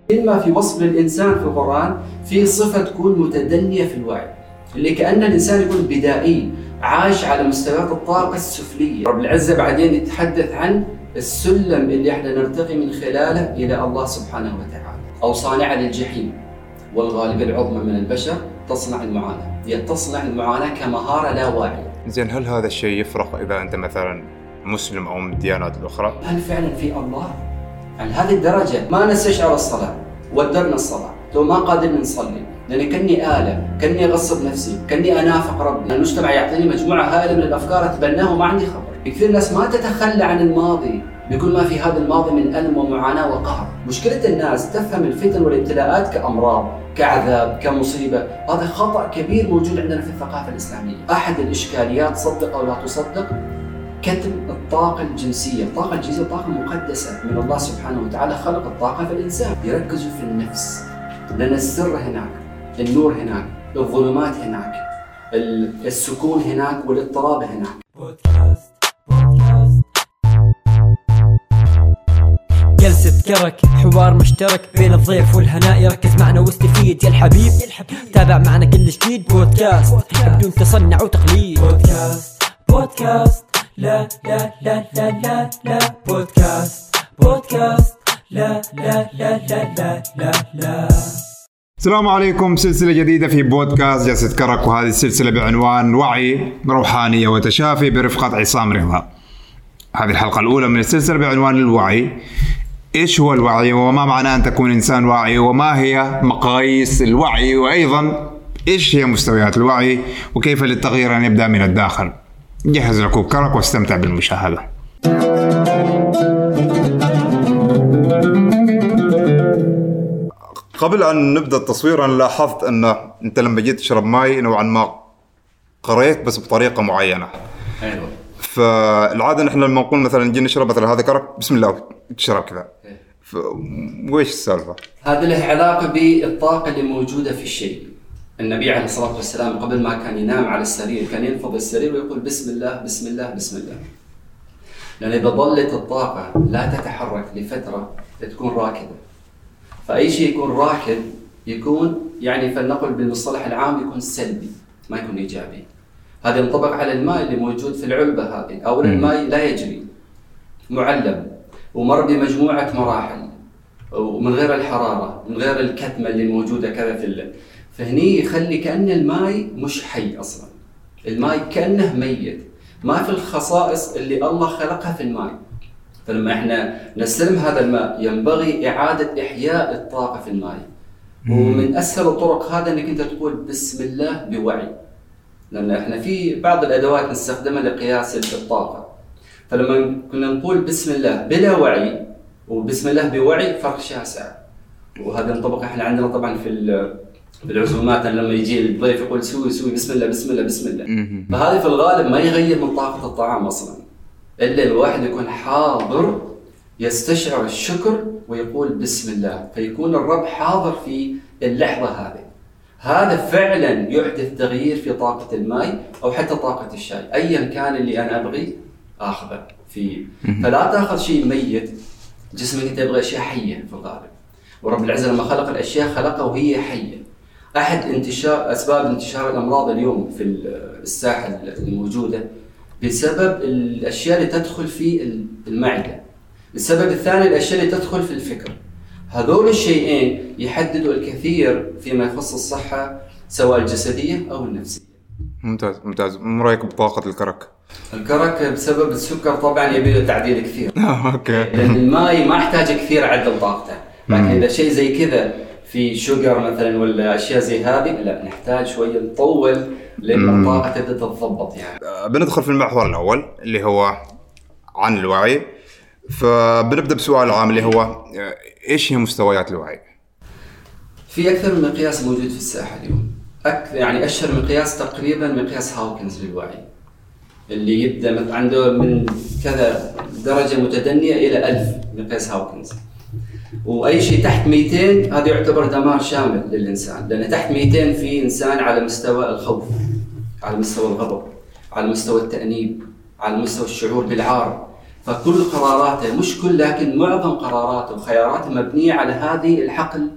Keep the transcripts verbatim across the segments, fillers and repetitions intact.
كل ما في وصف للإنسان في القرآن في صفة تكون متدنية في الوعي، اللي كأن الإنسان يكون بدائي عايش على مستويات الطاقة السفلية. رب العزة بعدين يتحدث عن السلم اللي احنا نرتقي من خلاله إلى الله سبحانه وتعالى. أو صانع للجحيم والغالب العظمى من البشر تصنع المعاناة، هي تصنع المعاناة كمهارة لا واعية. زين، هل هذا الشيء يفرق إذا أنت مثلا مسلم أو من الديانات الأخرى؟ هل فعلا في الله؟ عن هذه الدرجة ما نستشعر الصلاة، ودرنا الصلاة لو ما قادرين نصلي، لأني كني آلة، كني أغصب نفسي، كني أنافق ربي. المجتمع يعطيني مجموعة هائلة من الأفكار أتبناها وما عندي خبر. كثير ناس ما تتخلى عن الماضي بكل ما في هذا الماضي من ألم ومعاناة وقهر. مشكلة الناس تفهم الفتن والابتلاءات كأمراض، كعذاب، كمصيبة. هذا خطأ كبير موجود عندنا في الثقافة الإسلامية. أحد الإشكاليات، صدق أو لا تصدق، كتم الطاقة الجنسية. الطاقة الجنسية طاقة مقدسة من الله سبحانه وتعالى، خلق الطاقة في الإنسان. يركزوا في النفس، لأن السر هناك، النور هناك، الظلمات هناك، السكون هناك، والاضطراب هناك. بودكاست بودكاست جلسة كرك، حوار مشترك بين الضيف والهناء. يركز معنا واستفيد يا الحبيب، تابع معنا كل جديد. بودكاست بدون تصنع وتقليد. بودكاست بودكاست لا لا لا لا لا لا بودكاست بودكاست لا لا لا لا لا لا لا. السلام عليكم، سلسلة جديدة في بودكاست جلسة كرك، وهذه السلسلة بعنوان وعي، روحانية وتشافي برفقة عصام رضا. هذه الحلقة الأولى من السلسلة بعنوان الوعي. إيش هو الوعي وما معنى أن تكون إنسان واعي، وما هي مقاييس الوعي، وأيضا إيش هي مستويات الوعي، وكيف للتغيير أن يبدأ من الداخل. جهز لكم كرك واستمتع بالمشاهدة. قبل أن نبدأ التصوير أنا لاحظت أن أنت لما جيت تشرب ماء نوعا ما قريت بس بطريقة معينة. أيوة. فالعادة نحن لما نقول مثلا نجي نشرب مثلا هذا كرك بسم الله تشرب كذا، وإيش السالفة؟ هذا له علاقة بالطاقة اللي موجودة في الشيء. النبي عليه الصلاة والسلام قبل ما كان ينام على السرير كان ينفض السرير ويقول بسم الله بسم الله بسم الله، لأن إذا ظلت الطاقة لا تتحرك لفترة تكون راكدة. فأي شيء يكون راكد يكون يعني فلنقل بالمصطلح العام يكون سلبي، ما يكون إيجابي. هذا ينطبق على الماء اللي موجود في العلبة هذه. أولا الماء لا يجري، معلب ومر بمجموعة مراحل، ومن غير الحرارة، من غير الكتمة اللي موجودة كذا في الليل. فهني يخلي كأن الماء مش حي أصلا، الماء كأنه ميت، ما في الخصائص اللي الله خلقها في الماء. فلما احنا نستلم هذا الماء ينبغي إعادة إحياء الطاقة في الماء. ومن أسهل الطرق هذا أنك أنت تقول بسم الله بوعي، لأن احنا في بعض الأدوات نستخدمها لقياس الطاقة. فلما كنا نقول بسم الله بلا وعي وبسم الله بوعي فرق شاسع. وهذا ينطبق احنا عندنا طبعا في بالعزومات لما يجي الضيف يقول سوي سوي بسم الله بسم الله بسم الله. فهذه في الغالب ما يغير من طاقة الطعام أصلا، إلا الواحد يكون حاضر يستشعر الشكر ويقول بسم الله، فيكون الرب حاضر في اللحظة هذه. هذا فعلا يحدث تغيير في طاقة الماء أو حتى طاقة الشاي، أيا كان اللي أنا أبغي أخذه فيه. فلا تأخذ شيء ميت، جسمك أنت يبغى أشياء حية في الغالب. ورب العزة لما خلق الأشياء خلقها وهي حية. أحد انتشار أسباب انتشار الأمراض اليوم في الساحة الموجودة بسبب الأشياء اللي تدخل في المعدة. السبب الثاني الأشياء اللي تدخل في الفكر. هذول الشيئين يحددوا الكثير فيما يخص الصحة سواء الجسدية أو النفسية. ممتاز ممتاز. ما رأيك بطاقة الكرك؟ الكرك بسبب السكر طبعا يبي له تعديل كثير. أوكي. لأن الماء ما يحتاج كثير عدل طاقته، لكن إذا شيء زي كذا في شوجر مثلا ولا أشياء زي هذه لا نحتاج شوية نطول لأن الطاقة تبدأ تتضبط. يعني بندخل في المحور الأول اللي هو عن الوعي. فبنبدأ بسؤال عام اللي هو إيش هي مستويات الوعي؟ في أكثر من مقياس موجود في الساحة اليوم. أكثر يعني أشهر مقياس تقريبا مقياس هاوكنز للوعي، اللي يبدأ عنده من كذا درجة متدنية إلى ألف مقياس هاوكنز. وأي شيء تحت مئتين هذا يعتبر دمار شامل للإنسان، لأن تحت مئتين في إنسان على مستوى الخوف، على مستوى الغضب، على مستوى التأنيب، على مستوى الشعور بالعار. فكل قراراته، مش كل لكن معظم قراراته وخياراته مبنية على هذه الحقل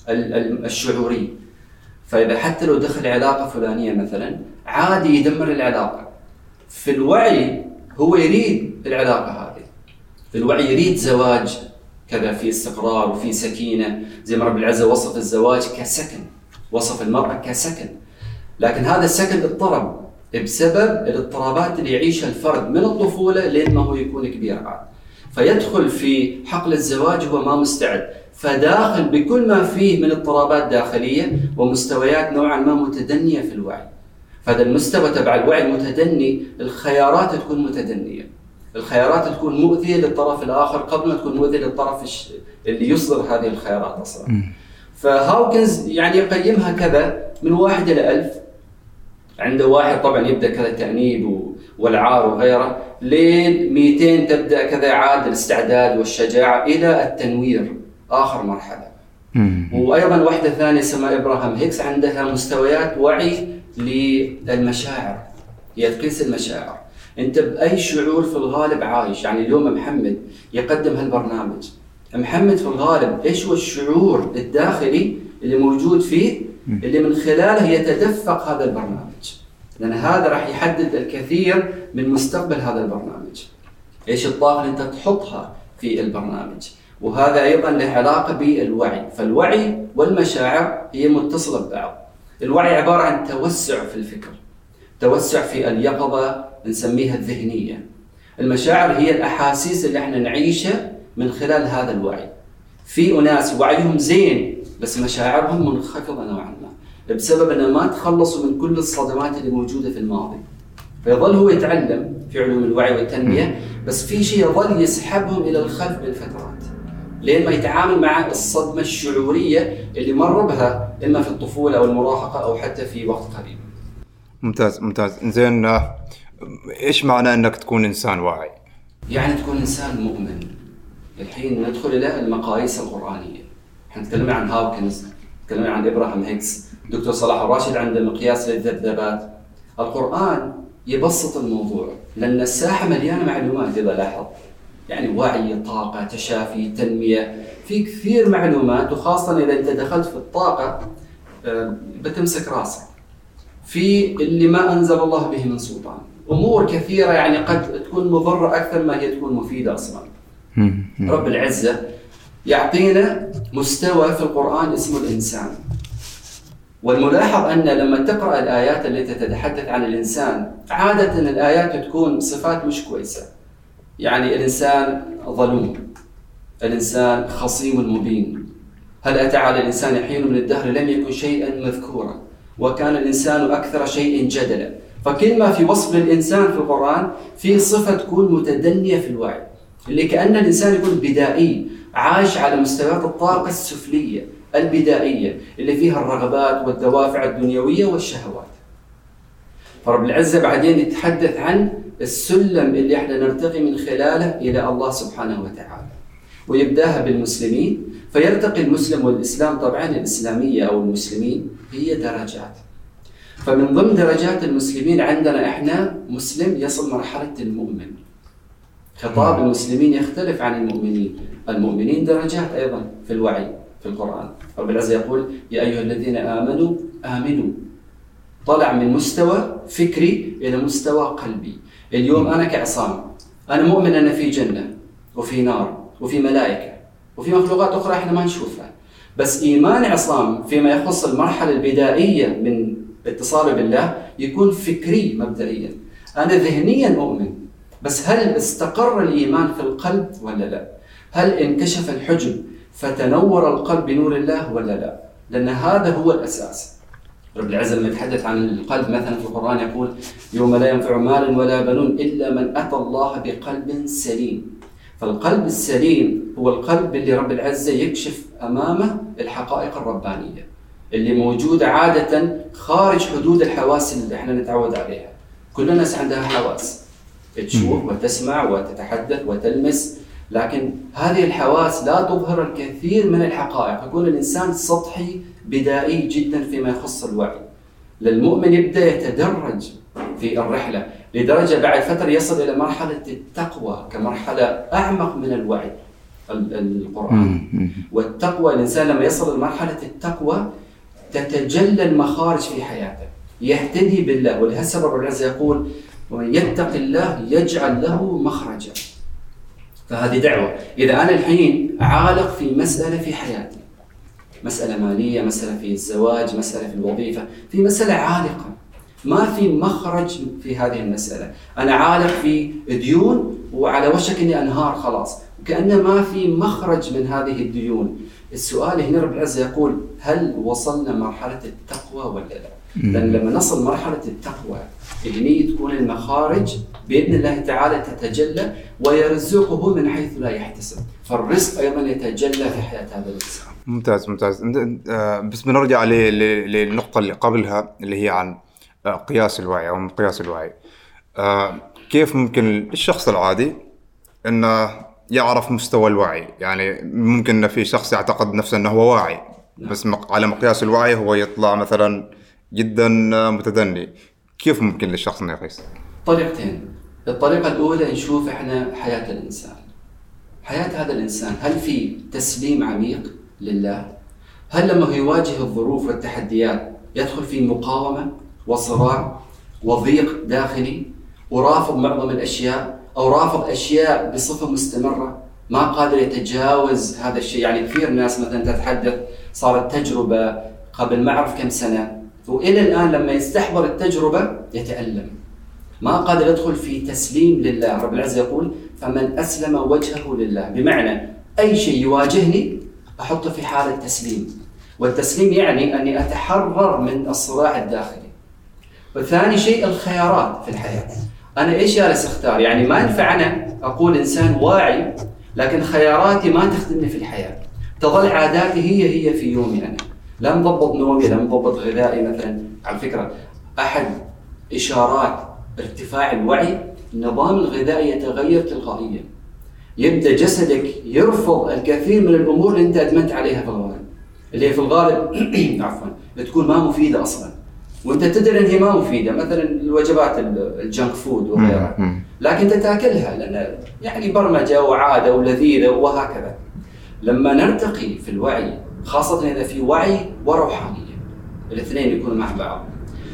الشعوري. فإذا حتى لو دخل علاقة فلانية مثلا عادي يدمر العلاقة. في الوعي هو يريد العلاقة هذه، في الوعي يريد زواج كذا في استقرار وفي سكينة، زي ما رب العزة وصف الزواج كسكن، وصف المرأة كسكن. لكن هذا السكن اضطرب بسبب الاضطرابات اللي يعيشها الفرد من الطفولة لين ما هو يكون كبير عاد، فيدخل في حقل الزواج هو ما مستعد، فداخل بكل ما فيه من اضطرابات داخلية ومستويات نوعا ما متدنية في الوعي. فهذا المستوى تبع الوعي المتدني الخيارات تكون متدنية، الخيارات تكون مؤذية للطرف الآخر قبل ما تكون مؤذية للطرف اللي يصدر هذه الخيارات أصلا. فهاوكنز يعني يقيمها كذا من واحد إلى ألف. عنده واحد طبعا يبدأ كذا تأنيب والعار وغيره، لين مئتين تبدأ كذا عاد الاستعداد والشجاعة إلى التنوير آخر مرحلة. وأيضا واحدة ثانية اسمها إبراهام هيكس عندها مستويات وعي للمشاعر، هي تقيس المشاعر. أنت بأي شعور في الغالب عايش؟ يعني اليوم محمد يقدم هالبرنامج، محمد في الغالب إيش هو الشعور الداخلي اللي موجود فيه اللي من خلاله يتدفق هذا البرنامج؟ لأن هذا راح يحدد الكثير من مستقبل هذا البرنامج. إيش الطاقة اللي أنت تحطها في البرنامج؟ وهذا أيضا له علاقة بالوعي. فالوعي والمشاعر هي متصلة ببعض. الوعي عبارة عن توسع في الفكر، توسع في اليقظة نسميها الذهنية. المشاعر هي الأحاسيس اللي احنا نعيشها من خلال هذا الوعي. في أناس وعيهم زين بس مشاعرهم منخفضة نوعا ما بسبب أنه ما تخلصوا من كل الصدمات اللي موجودة في الماضي، فيظل هو يتعلم في علوم الوعي والتنمية بس في شيء يظل يسحبهم إلى الخلف بالفترات لين ما يتعامل مع الصدمة الشعورية اللي مر بها إما في الطفولة أو المراهقة أو حتى في وقت قريب. ممتاز ممتاز. زين، إيش معنى أنك تكون إنسان واعي؟ يعني تكون إنسان مؤمن. الحين ندخل إلى المقاييس القرآنية. احنا نتكلم عن هاوكنز، نتكلم عن إبراهام هيكس، دكتور صلاح الراشد عنده مقياس للذبذبات. القرآن يبسط الموضوع لأن الساحة مليانة معلومات إذا لاحظ، يعني وعي، طاقة، تشافي، تنمية، في كثير معلومات. وخاصة إذا أنت دخلت في الطاقة بتمسك راسك في اللي ما أنزل الله به من سلطان، أمور كثيرة يعني قد تكون مضرة أكثر ما هي تكون مفيدة أصلا. رب العزة يعطينا مستوى في القرآن اسمه الإنسان. والملاحظ أن لما تقرأ الآيات التي تتحدث عن الإنسان عادة الآيات تكون صفات مش كويسة، يعني الإنسان ظلوم، الإنسان خصيم مبين، هل أتى على الإنسان حين من الدهر لم يكن شيئا مذكورا، وكان الإنسان أكثر شيء جدلا. فكل ما في وصف للإنسان في القرآن في صفة تكون متدنية في الوعي، اللي كأن الإنسان يكون بدائي عايش على مستويات الطاقة السفلية البدائية اللي فيها الرغبات والدوافع الدنيوية والشهوات. فرب العزة بعدين يتحدث عن السلم اللي احنا نرتقي من خلاله إلى الله سبحانه وتعالى، ويبداها بالمسلمين. فيرتقي المسلم، والإسلام طبعا الإسلامية أو المسلمين هي درجات. فمن ضمن درجات المسلمين عندنا احنا مسلم يصل مرحلة المؤمن. خطاب المسلمين يختلف عن المؤمنين. المؤمنين درجات أيضا في الوعي في القرآن. رب العزة يقول يا أيها الذين آمنوا آمنوا. طلع من مستوى فكري إلى مستوى قلبي. اليوم أنا كعصام أنا مؤمن أن في جنة وفي نار وفي ملائكة وفي مخلوقات أخرى إحنا ما نشوفها، بس إيمان عصام فيما يخص المرحلة البدائية من اتصال بالله يكون فكري مبدئيا. أنا ذهنيا مؤمن، بس هل استقر الإيمان في القلب ولا لا؟ هل انكشف الحجب فتنور القلب بنور الله ولا لا؟ لأن هذا هو الأساس. رب العزة لما يتحدث عن القلب مثلا في القرآن يقول يوم لا ينفع مال ولا بنون إلا من أتى الله بقلب سليم. فالقلب السليم هو القلب اللي رب العزة يكشف أمامه الحقائق الربانية اللي موجودة عادة خارج حدود الحواس اللي احنا نتعود عليها. كل الناس عندها حواس، تشوف وتسمع وتتحدث وتلمس، لكن هذه الحواس لا تظهر الكثير من الحقائق. يكون الإنسان سطحي بدائي جدا فيما يخص الوعي. للمؤمن يبدأ يتدرج في الرحلة. لدرجة بعد فترة يصل إلى مرحلة التقوى كمرحلة أعمق من الوعي القرآن. والتقوى الإنسان لما يصل لمرحلة التقوى تتجلى المخارج في حياته، يهتدي بالله. ولهذا رب العزة يقول ومن يتق الله يجعل له مخرجا. فهذه دعوة. إذا أنا الحين عالق في مسألة في حياتي، مسألة مالية، مسألة في الزواج، مسألة في الوظيفة، في مسألة عالقة ما في مخرج في هذه المسألة، أنا عالق في ديون وعلى وشك أني أنهار خلاص، وكأنه ما في مخرج من هذه الديون. السؤال هنا رب العزة يقول هل وصلنا مرحلة التقوى ولا لا؟ لأن لما نصل مرحلة التقوى هني تكون المخارج بإذن الله تعالى تتجلى ويرزقه من حيث لا يحتسب، فالرزق أيضا يتجلى في حياة هذا الإنسان. ممتاز ممتاز. بس بنرجع للنقطة اللي قبلها اللي هي عن قياس الوعي أو مقياس الوعي. كيف ممكن الشخص العادي إنه يعرف مستوى الوعي؟ يعني ممكن إن في شخص يعتقد نفسه إنه هو واعي بس على مقياس الوعي هو يطلع مثلا جدا متدني. كيف ممكن للشخص إنه يقيس؟ طريقتين. الطريقة الأولى نشوف إحنا حياة الإنسان، حياة هذا الإنسان هل في تسليم عميق لله؟ هل لما هو يواجه الظروف والتحديات يدخل في مقاومة وصراع وضيق داخلي ورافض معظم الأشياء أو رافض أشياء بصفة مستمرة ما قادر يتجاوز هذا الشيء؟ يعني كثير ناس مثلا تتحدث صارت تجربة قبل ما أعرف كم سنة وإلى الآن لما يستحضر التجربة يتألم، ما قادر يدخل في تسليم لله. رب العزة يقول فمن أسلم وجهه لله، بمعنى أي شيء يواجهني أحطه في حالة تسليم، والتسليم يعني أني أتحرر من الصراع الداخلي. والثاني شيء الخيارات في الحياة، أنا إيش جالس أختار؟ يعني ما ينفع أنا أقول إنسان واعي لكن خياراتي ما تخدمني في الحياة، تظل عاداتي هي هي في يومي، أنا لا مضبط نومي لا مضبط غذائي مثلا. على فكرة أحد إشارات ارتفاع الوعي النظام الغذائي يتغير تلقائيا، يبدأ جسدك يرفض الكثير من الأمور اللي أنت أدمنت عليها في الغالب، اللي هي في الغالب عفوا تكون ما مفيدة أصلا وأنت تدري أن هي ما مفيدة، مثلا الوجبات الجنك فود وغيرها، لكن أنت تأكلها لأن يعني برمجة وعادة ولذيذة وهكذا. لما نرتقي في الوعي خاصة إذا في وعي وروحانية الاثنين يكونوا مع بعض،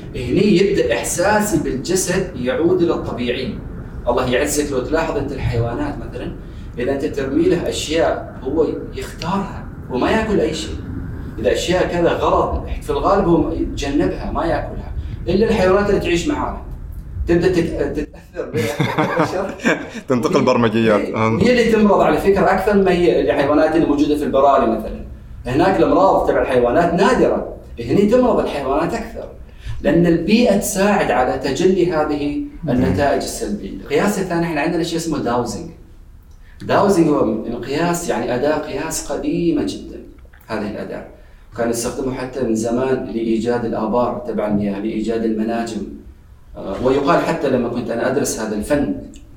هني يبدأ إحساسي بالجسد يعود إلى الطبيعي. الله يعزك لو تلاحظ أنت الحيوانات مثلا إذا أنت ترمي له أشياء هو يختارها وما يأكل أي شيء، إذا أشياء كذا غلط في الغالب هو يتجنبها ما يأكلها، إلا الحيوانات اللي تعيش معانا تبدأ تتأثر بها تنتقل برمجيات، هي اللي تمرض على فكرة أكثر ما هي الحيوانات اللي موجودة في البراري مثلا. هناك الأمراض تبع الحيوانات نادرة، هني تمرض الحيوانات أكثر لأن البيئة تساعد على تجلي هذه النتائج السلبية. القياس الثاني احنا عندنا شيء اسمه داوزنج. داوزنج هو القياس يعني أداة قياس قديمة جدا. هذه الأداة كانوا يستخدموا حتى من زمان لإيجاد الآبار تبع المياه، لإيجاد المناجم، ويقال حتى لما كنت أنا أدرس هذا الفن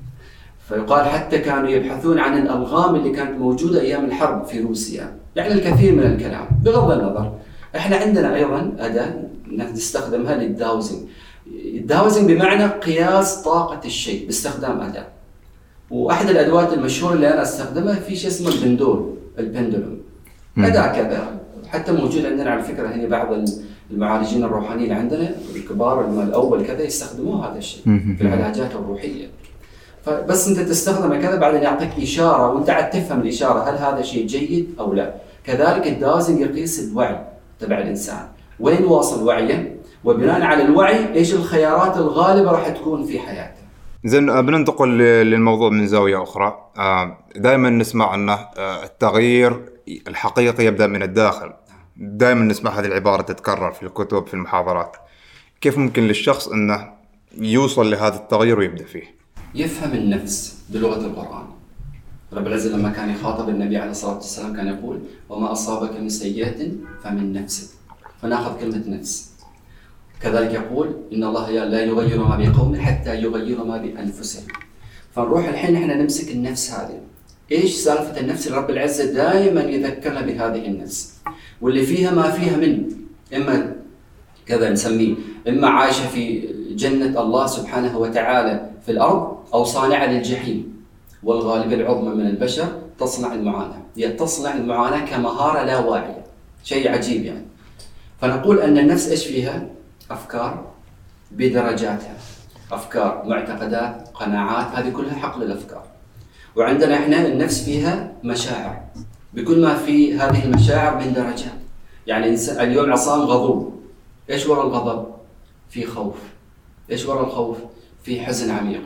فيقال حتى كانوا يبحثون عن الألغام اللي كانت موجودة أيام الحرب في روسيا، يعني الكثير من الكلام. بغض النظر احنا عندنا أيضا أداة نستخدمها للداوزنج. الداوزنج بمعنى قياس طاقة الشيء باستخدام أداة، وأحد الأدوات المشهورة اللي أنا أستخدمها في شيء اسمه البندول البندولوم، أداة كذا حتى موجود عندنا على فكرة هنا بعض المعالجين الروحانيين عندنا الكبار الأول كذا يستخدموه هذا الشيء في العلاجات الروحية. فبس أنت تستخدمه كذا بعدين يعطيك إشارة وأنت عاد تفهم الإشارة هل هذا شيء جيد أو لا. كذلك الداوزنج يقيس الوعي تبع الإنسان وين واصل وعيه، وبناء على الوعي إيش الخيارات الغالبة راح تكون في حياته. زين بننتقل للموضوع من زاوية أخرى. دائما نسمع أن التغيير الحقيقي يبدأ من الداخل، دائما نسمع هذه العبارة تتكرر في الكتب في المحاضرات. كيف ممكن للشخص أنه يوصل لهذا التغيير ويبدأ فيه؟ يفهم النفس بلغة القرآن. رب العزة لما كان يخاطب النبي عليه الصلاة والسلام كان يقول وما أصابك من سيئة فمن نفسك، فنأخذ كلمة نفس. كذلك يقول إن الله لا يغير ما بقوم حتى يغيروا ما بأنفسهم. فنروح الحين إحنا نمسك النفس هذه. إيش سالفة النفس؟ رب العزة دائما يذكرنا بهذه النفس واللي فيها ما فيها من إما كذا نسميه إما عايشة في جنة الله سبحانه وتعالى في الأرض أو صانعة للجحيم. والغالبية العظمى من البشر تصنع المعاناة، هي تصنع المعاناة كمهارة لا واعية، شيء عجيب يعني. فنقول أن النفس إيش فيها؟ أفكار بدرجاتها، أفكار، معتقدات، قناعات، هذه كلها حقل الأفكار. وعندنا إحنا النفس فيها مشاعر بكل ما في هذه المشاعر من درجات. يعني اليوم عصام غضوب، إيش وراء الغضب؟ في خوف. إيش وراء الخوف؟ في حزن عميق.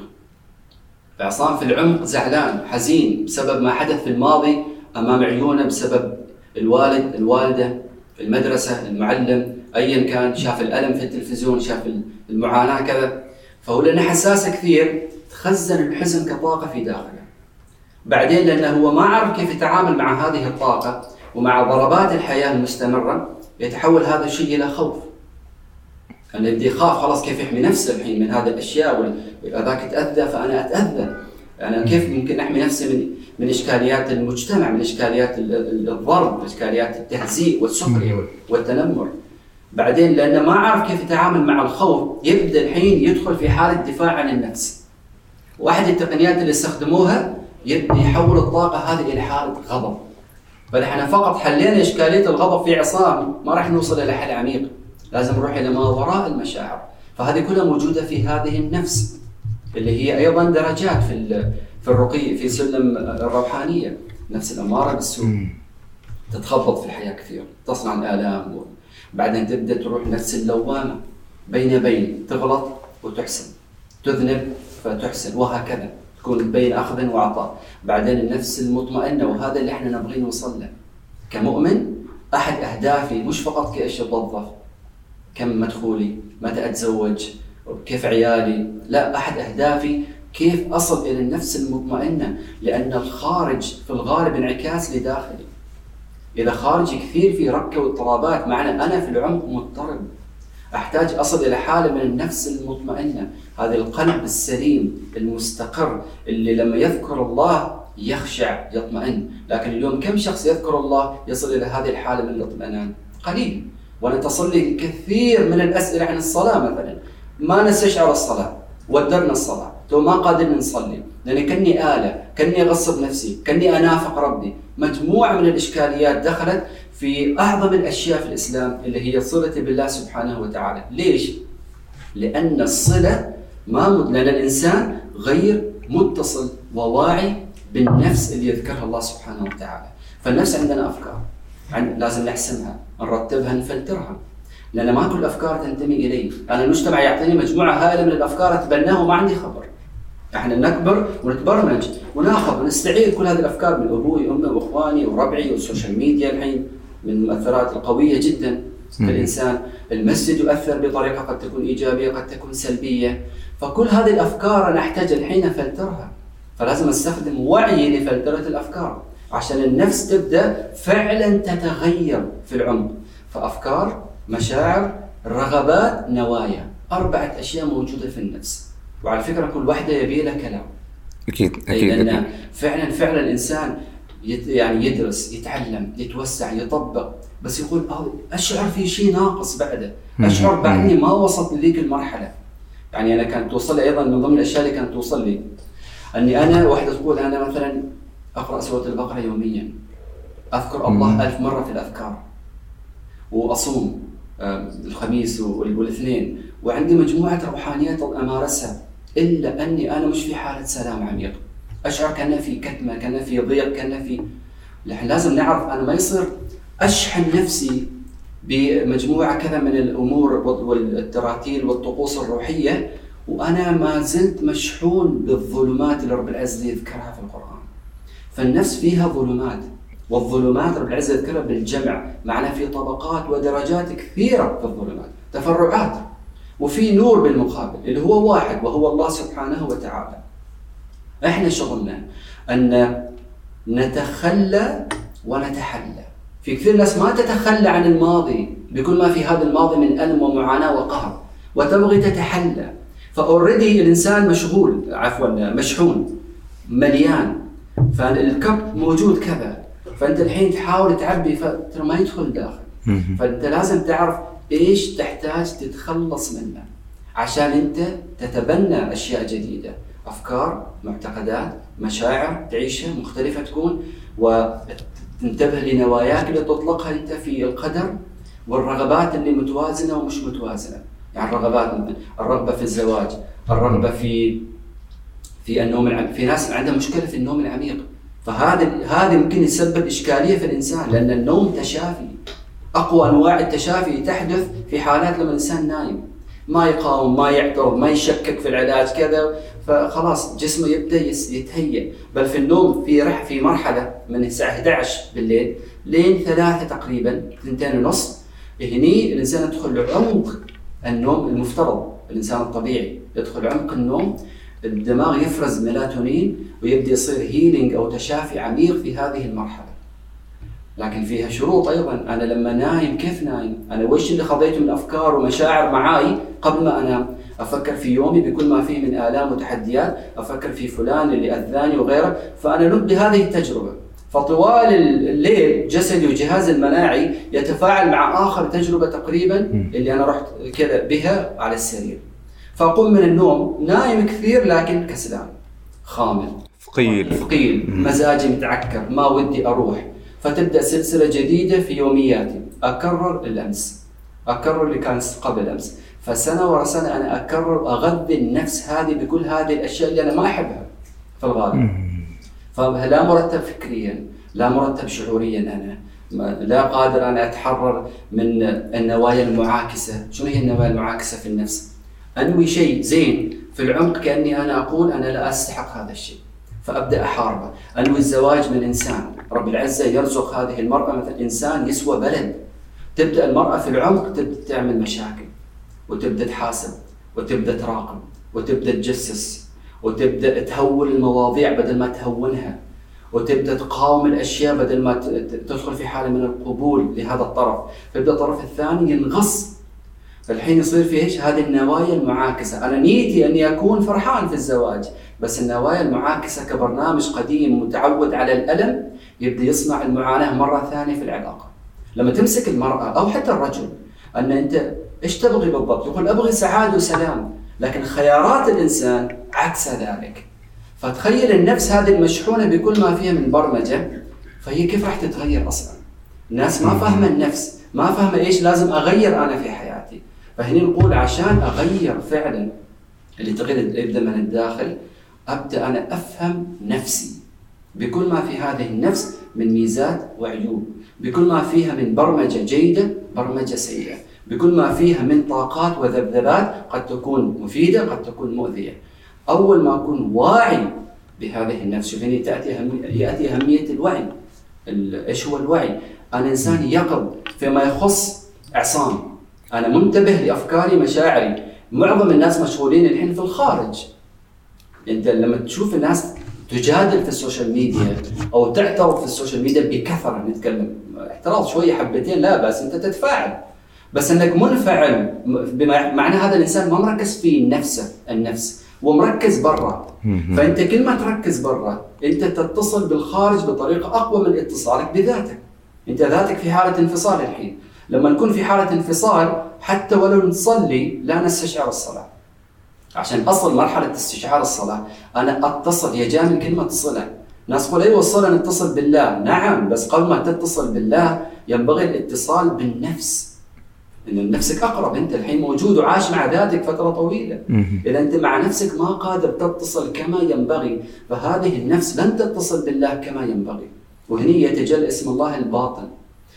عصام في العمق زعلان حزين بسبب ما حدث في الماضي أمام عيونه، بسبب الوالد، الوالدة، المدرسة، المعلم، أيا كان، شاف الألم في التلفزيون، شاف المعاناة كذا. فهو لأنه حساس كثير تخزن الحزن كطاقة في داخله. بعدين لأنه هو ما عرف كيف يتعامل مع هذه الطاقة ومع ضربات الحياة المستمرة، يتحول هذا الشيء إلى خوف. أنا بدي أخاف خلاص، كيف يحمي نفسه الحين من هذه الأشياء، وذاك يتأذى فأنا أتأذى. أنا كيف ممكن أحمي نفسي من من إشكاليات المجتمع، من إشكاليات الضرب، من إشكاليات التهزيء والسخرية والتنمر. بعدين لأنه ما عرف كيف يتعامل مع الخوف، يبدأ الحين يدخل في حالة دفاع عن النفس. واحد التقنيات اللي استخدموها يبدأ يحول الطاقة هذه إلى حالة غضب. فنحن فقط حلينا إشكالية الغضب في عصام، ما راح نوصل إلى حل عميق، لازم نروح إلى ما وراء المشاعر. فهذه كلها موجودة في هذه النفس اللي هي أيضا درجات في في الرقي، في سلم الروحانية. نفس الأمارة بالسوء تتخبط في الحياة كثير، تصنع الآلام، وبعدين تبدأ تروح نفس اللوامة بين بين، تغلط وتحسن، تذنب فتحسن، وهكذا تكون بين أخذ وعطاء. بعدين النفس المطمئنة، وهذا اللي احنا نبغي نوصل له كمؤمن. أحد أهدافي مش فقط كيف أتوظف، كم مدخولي، متى أتزوج، كيف عيالي، لا، أحد أهدافي كيف أصل إلى النفس المطمئنة، لأن الخارج في الغالب انعكاس لداخلي. إذا خارجي كثير في ركة واضطرابات، معنى أنا في العمق مضطرب، أحتاج أصل إلى حالة من النفس المطمئنة، هذا القلب السليم المستقر اللي لما يذكر الله يخشع يطمئن. لكن اليوم كم شخص يذكر الله يصل إلى هذه الحالة من الاطمئنان؟ قليل. وأنا تصل لي كثير من الأسئلة عن الصلاة مثلا، ما نستشعر الصلاة، ودرنا الصلاة، تو ما قادرين نصلي، لأن كني آلة، كني أغصب نفسي، كني أنافق ربي. مجموعة من الإشكاليات دخلت في أعظم الأشياء في الإسلام اللي هي صلتي بالله سبحانه وتعالى. ليش؟ لأن الصلة ما مد... لأن الإنسان غير متصل وواعي بالنفس اللي يذكرها الله سبحانه وتعالى. فالنفس عندنا أفكار، عند... لازم نحسمها، نرتبها، نفلترها، لأن ما كل الأفكار تنتمي إلي. أنا المجتمع يعطيني مجموعة هائلة من الأفكار أتبناها وما عندي خبر. احنا نكبر ونتبرمج وناخذ ونستعير كل هذه الأفكار من أبوي وأمي وإخواني وربعي والسوشيال ميديا الحين من المؤثرات القوية جدا في الإنسان. المسجد يؤثر بطريقة قد تكون إيجابية قد تكون سلبية. فكل هذه الأفكار أنا أحتاج الحين أفلترها، فلازم أستخدم وعي لفلترة الأفكار عشان النفس تبدأ فعلا تتغير في العمق. فأفكار، مشاعر، رغبات، نوايا، أربعة أشياء موجودة في النفس. وعلى فكرة كل واحدة يبي لها كلام. أكيد أكيد. لأن فعلا فعلا الإنسان يت يعني يدرس، يتعلم، يتوسع، يطبق، بس يقول أشعر في شيء ناقص بعده، أشعر بعدني ما وصلت لذيك المرحلة. يعني أنا كانت توصل لي أيضا من ضمن الأشياء اللي كانت توصل لي أني أنا واحدة تقول أنا مثلا أقرأ سورة البقرة يوميا، أذكر الله ألف مرة في الأذكار، وأصوم الخميس والاثنين، وعندي مجموعة روحانيات أمارسها، إلا أني أنا مش في حالة سلام عميق. أشعر كأنه في كتمة، كأنه في ضيق، كأنه في لازم نعرف أنا ما يصير أشحن نفسي بمجموعة كذا من الأمور والتراتيل والطقوس الروحية وأنا ما زلت مشحون بالظلمات اللي رب العزة يذكرها في القرآن. فالنفس فيها ظلمات، والظلمات رب العزة يذكرها بالجمع، معناه في طبقات ودرجات كثيرة في الظلمات، تفرعات، وفي نور بالمقابل اللي هو واحد وهو الله سبحانه وتعالى. احنا شغلنا أن نتخلى ونتحلى. في كثير ناس ما تتخلى عن الماضي بكل ما في هذا الماضي من ألم ومعاناة وقهر، وتبغي تتحلى. فأوريدي الإنسان مشغول، عفوا مشحون، مليان، فالكب موجود كذا، فأنت الحين تحاول تعبي فترى ما يدخل داخل. فأنت لازم تعرف إيش تحتاج تتخلص منه. عشان أنت تتبنى أشياء جديدة، أفكار، معتقدات، مشاعر تعيشها مختلفة تكون، وتنتبه لنواياك اللي تطلقها أنت في القدر، والرغبات اللي متوازنة ومش متوازنة. يعني الرغبات، الرغبة في الزواج، الرغبة في في النوم العميق. في ناس عندها مشكلة في النوم العميق، فهذا هذا يمكن يسبب إشكالية في الإنسان، لأن النوم تشافي. أقوى أنواع التشافي تحدث في حالات لما الإنسان نايم، ما يقاوم، ما يعترض، ما يشكك في العلاج كذا، فخلاص جسمه يبدأ يتهيأ. بل في النوم في رح في مرحلة من الساعة إحدى عشر بالليل لين ثلاثة تقريبا، اثنتين ونص، هني الإنسان يدخل عمق النوم المفترض. الإنسان الطبيعي يدخل عمق النوم، الدماغ يفرز ميلاتونين ويبدأ يصير هيلينج أو تشافي عميق في هذه المرحلة. لكن فيها شروط أيضا. أنا لما نايم كيف نايم؟ أنا وش اللي خضيته من أفكار ومشاعر معاي قبل ما أنام؟ أفكر في يومي بكل ما فيه من آلام وتحديات، أفكر في فلان اللي أذاني وغيره، فأنا نبدي هذه التجربة. فطوال الليل جسدي وجهاز المناعي يتفاعل مع آخر تجربة تقريبا اللي أنا رحت كذا بها على السرير. فأقوم من النوم نايم كثير لكن كسلان، خامل، ثقيل ثقيل، مزاجي متعكر، ما ودي أروح. فتبدأ سلسلة جديدة في يومياتي، أكرر الأمس، أكرر اللي كان قبل أمس، فسنة ورا سنة أنا أكرر أغذي النفس هذه بكل هذه الأشياء اللي أنا ما أحبها في الغالب. فلا مرتب فكريا، لا مرتب شعوريا، أنا لا قادر أنا أتحرر من النوايا المعاكسة. شنو هي النوايا المعاكسة في النفس؟ أنوي شيء زين في العمق كأني أنا أقول أنا لا أستحق هذا الشيء، فأبدأ أحاربه. أنوي الزواج من إنسان، رب العزة يرزق هذه المرأة مثلا إنسان يسوى بلد. تبدأ المرأة في العمق تبدأ تعمل مشاكل، وتبدأ تحاسب، وتبدأ تراقب، وتبدأ تجسس، وتبدأ تهول المواضيع بدل ما تهونها، وتبدأ تقاوم الأشياء بدل ما تدخل في حالة من القبول لهذا الطرف. فيبدأ الطرف الثاني ينغص. فالحين يصير في إيش؟ هذه النوايا المعاكسة. أنا نيتي أني أكون فرحان في الزواج، بس النوايا المعاكسة كبرنامج قديم متعود على الألم يبدأ يصنع المعاناة مرة ثانية في العلاقة. لما تمسك المرأة أو حتى الرجل أن أنت إيش تبغي بالضبط؟ يقول أبغي سعادة وسلام، لكن خيارات الإنسان عكس ذلك. فتخيل النفس هذه المشحونة بكل ما فيها من برمجة، فهي كيف راح تتغير أصلا؟ الناس ما فاهمة النفس، ما فاهمة إيش لازم أغير أنا في حياتي. فهنا نقول عشان أغير فعلا اللي تغير يبدأ من الداخل، أبدأ أنا أفهم نفسي بكل ما في هذه النفس من ميزات وعيوب، بكل ما فيها من برمجة جيدة، برمجة سيئة، بكل ما فيها من طاقات وذبذبات قد تكون مفيدة قد تكون مؤذية. أول ما أكون واعي بهذه النفس، شوف هنا تأتي أهمية يأتي أهمية الوعي. إيش هو الوعي؟ أنا إنسان يقظ فيما يخص عصام، أنا منتبه لأفكاري مشاعري. معظم الناس مشغولين الحين في الخارج. أنت لما تشوف الناس تجادل في السوشيال ميديا أو تعترض في السوشيال ميديا بكثرة، نتكلم اعتراض شوية حبتين لا بأس، أنت تتفاعل، بس أنك منفعل بمعنى هذا الإنسان ما مركز في نفسه النفس ومركز برا. فأنت كل ما تركز برا أنت تتصل بالخارج بطريقة أقوى من اتصالك بذاتك. أنت ذاتك في حالة انفصال الحين. لما نكون في حالة انفصال حتى ولو نصلي لا نستشعر الصلاة. عشان أصل مرحلة استشعار الصلاة أنا أتصل، هي جاء من كلمة صلة. ناس تقول أيوة الصلة نتصل بالله، نعم، بس قبل ما تتصل بالله ينبغي الاتصال بالنفس، إن نفسك أقرب. أنت الحين موجود وعاش مع ذاتك فترة طويلة. إذا أنت مع نفسك ما قادر تتصل كما ينبغي، فهذه النفس لن تتصل بالله كما ينبغي. وهنا يتجلى اسم الله الباطن.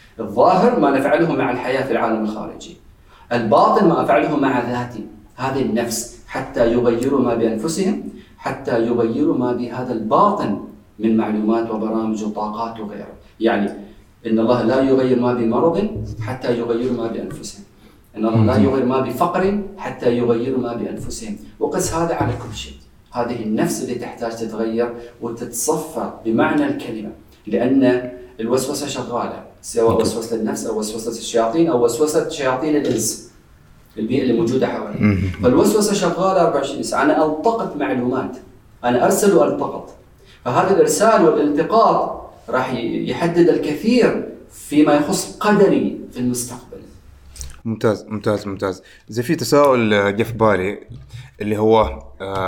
الظاهر ما نفعله مع الحياة في العالم الخارجي، الباطن ما أفعله مع ذاتي. هذه النفس حتى يغيروا ما بأنفسهم، حتى يغيروا ما بهذا الباطن من معلومات وبرامج وطاقات وغيره. يعني إن الله لا يغير ما بمرض حتى يغيروا ما بأنفسهم، إن الله لا يغير ما بفقر حتى يغيروا ما بأنفسهم. وقس هذا على كل شيء. هذه النفس اللي تحتاج تتغير وتتصفى بمعنى الكلمة، لأن الوسوسة شغالة، سواء وسوسة النفس أو وسوسة الشياطين أو وسوسة شياطين الإنس، البيئة اللي موجودة حوالي. فالوسوسة شغالة أربعة وعشرين ساعة. أنا ألتقط معلومات، أنا أرسل وألتقط، فهذا الإرسال والالتقاط راح يحدد الكثير فيما يخص قدري في المستقبل. ممتاز ممتاز ممتاز. زي في تساؤل جه في بالي اللي هو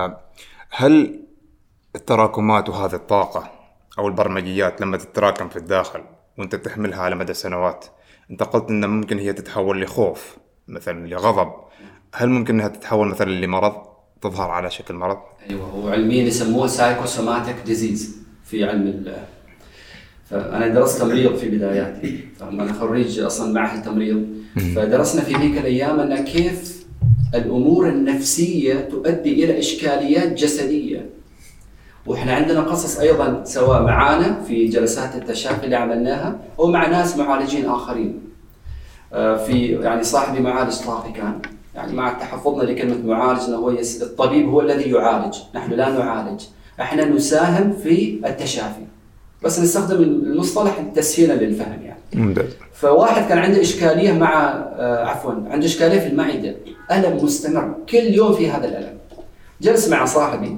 هل التراكمات وهذه الطاقة أو البرمجيات لما تتراكم في الداخل وأنت تحملها على مدى سنوات، أنت قلت إن ممكن هي تتحول لخوف مثلا، لغضب، هل ممكن إنها تتحول مثلا لمرض، تظهر على شكل مرض؟ أيوة، هو علميا يسموه سايكوسوماتيك ديزيز في علم ال فأنا درست تمريض في بداياتي، أنا خريج أصلا معهد تمريض، فدرسنا في ذيك الأيام أن كيف الأمور النفسية تؤدي إلى إشكاليات جسدية. وإحنا عندنا قصص أيضا سواء معانا في جلسات التشافي اللي عملناها أو مع ناس معالجين آخرين. في يعني صاحبي معالج طاقي كان، يعني مع تحفظنا لكلمة معالج أنه هو يس... الطبيب هو الذي يعالج، نحن لا نعالج، إحنا نساهم في التشافي بس نستخدم المصطلح تسهيلا للفهم يعني. ممتاز. فواحد كان عنده إشكالية مع آه عفوا عنده إشكالية في المعدة، ألم مستمر كل يوم في هذا الألم. جلس مع صاحبي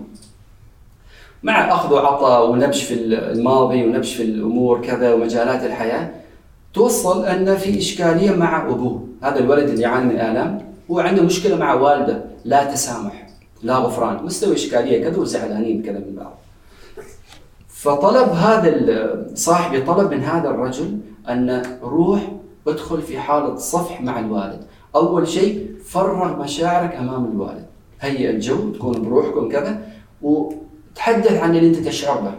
مع أخذ وعطاء ونبش في الماضي ونبش في الأمور كذا ومجالات الحياة، توصل أن في إشكالية مع أبوه، هذا الولد اللي يعاني من آلام هو عنده مشكلة مع والده، لا تسامح لا غفران، مستوى إشكالية كذا وزعلانين كذا من بعض. فطلب هذا صاحبي طلب من هذا الرجل أن روح ادخل في حالة صفح مع الوالد. أول شيء فرغ مشاعرك أمام الوالد، هيئ الجو، تكون بروحكم كذا وتحدث عن اللي أنت تشعر به.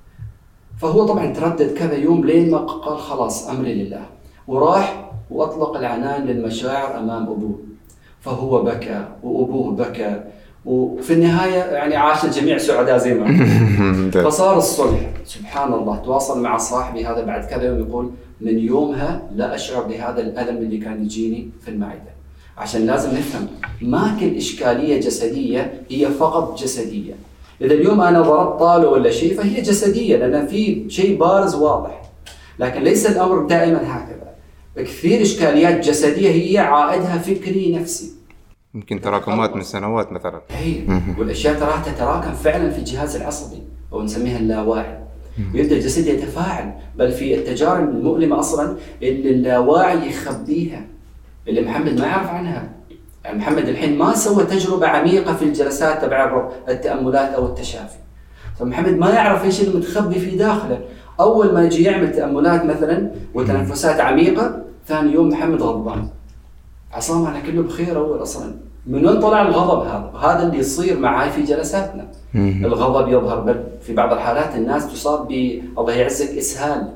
فهو طبعا تردد كذا يوم لين ما قال خلاص أمري لله، وراح وأطلق العنان للمشاعر أمام أبوه. فهو بكى وأبوه بكى، وفي النهاية يعني عاش الجميع سعداء زي ما فصار الصلح. سبحان الله، تواصل مع صاحبي هذا بعد كذا يوم يقول من يومها لا أشعر بهذا الألم اللي كان يجيني في المعدة. عشان لازم نفهم ما كل إشكالية جسدية هي فقط جسدية. إذا اليوم أنا ضربت طاولة ولا شيء فهي جسدية لأن في شيء بارز واضح، لكن ليس الأمر دائما هكذا. كثير إشكاليات جسدية هي عائدها فكري نفسي، يمكن تراكمات من سنوات مثلا. هي والاشياء تراها تتراكم فعلا في الجهاز العصبي او نسميها اللاواعي، ويبدا الجسد يتفاعل. بل في التجارب المؤلمه اصلا اللي اللاواعي يخبيها، اللي محمد ما يعرف عنها. يعني محمد الحين ما سوى تجربه عميقه في الجلسات تبع التاملات او التشافي، فمحمد ما يعرف ايش المتخبي في داخله. اول ما يجي يعمل تاملات مثلا وتنفسات عميقه، ثاني يوم محمد غضبان، عصام أنا كله بخير. أول أصلا من وين طلع الغضب هذا؟ هذا اللي يصير معاي في جلساتنا. الغضب يظهر، بل في بعض الحالات الناس تصاب ب الله يعزك إسهال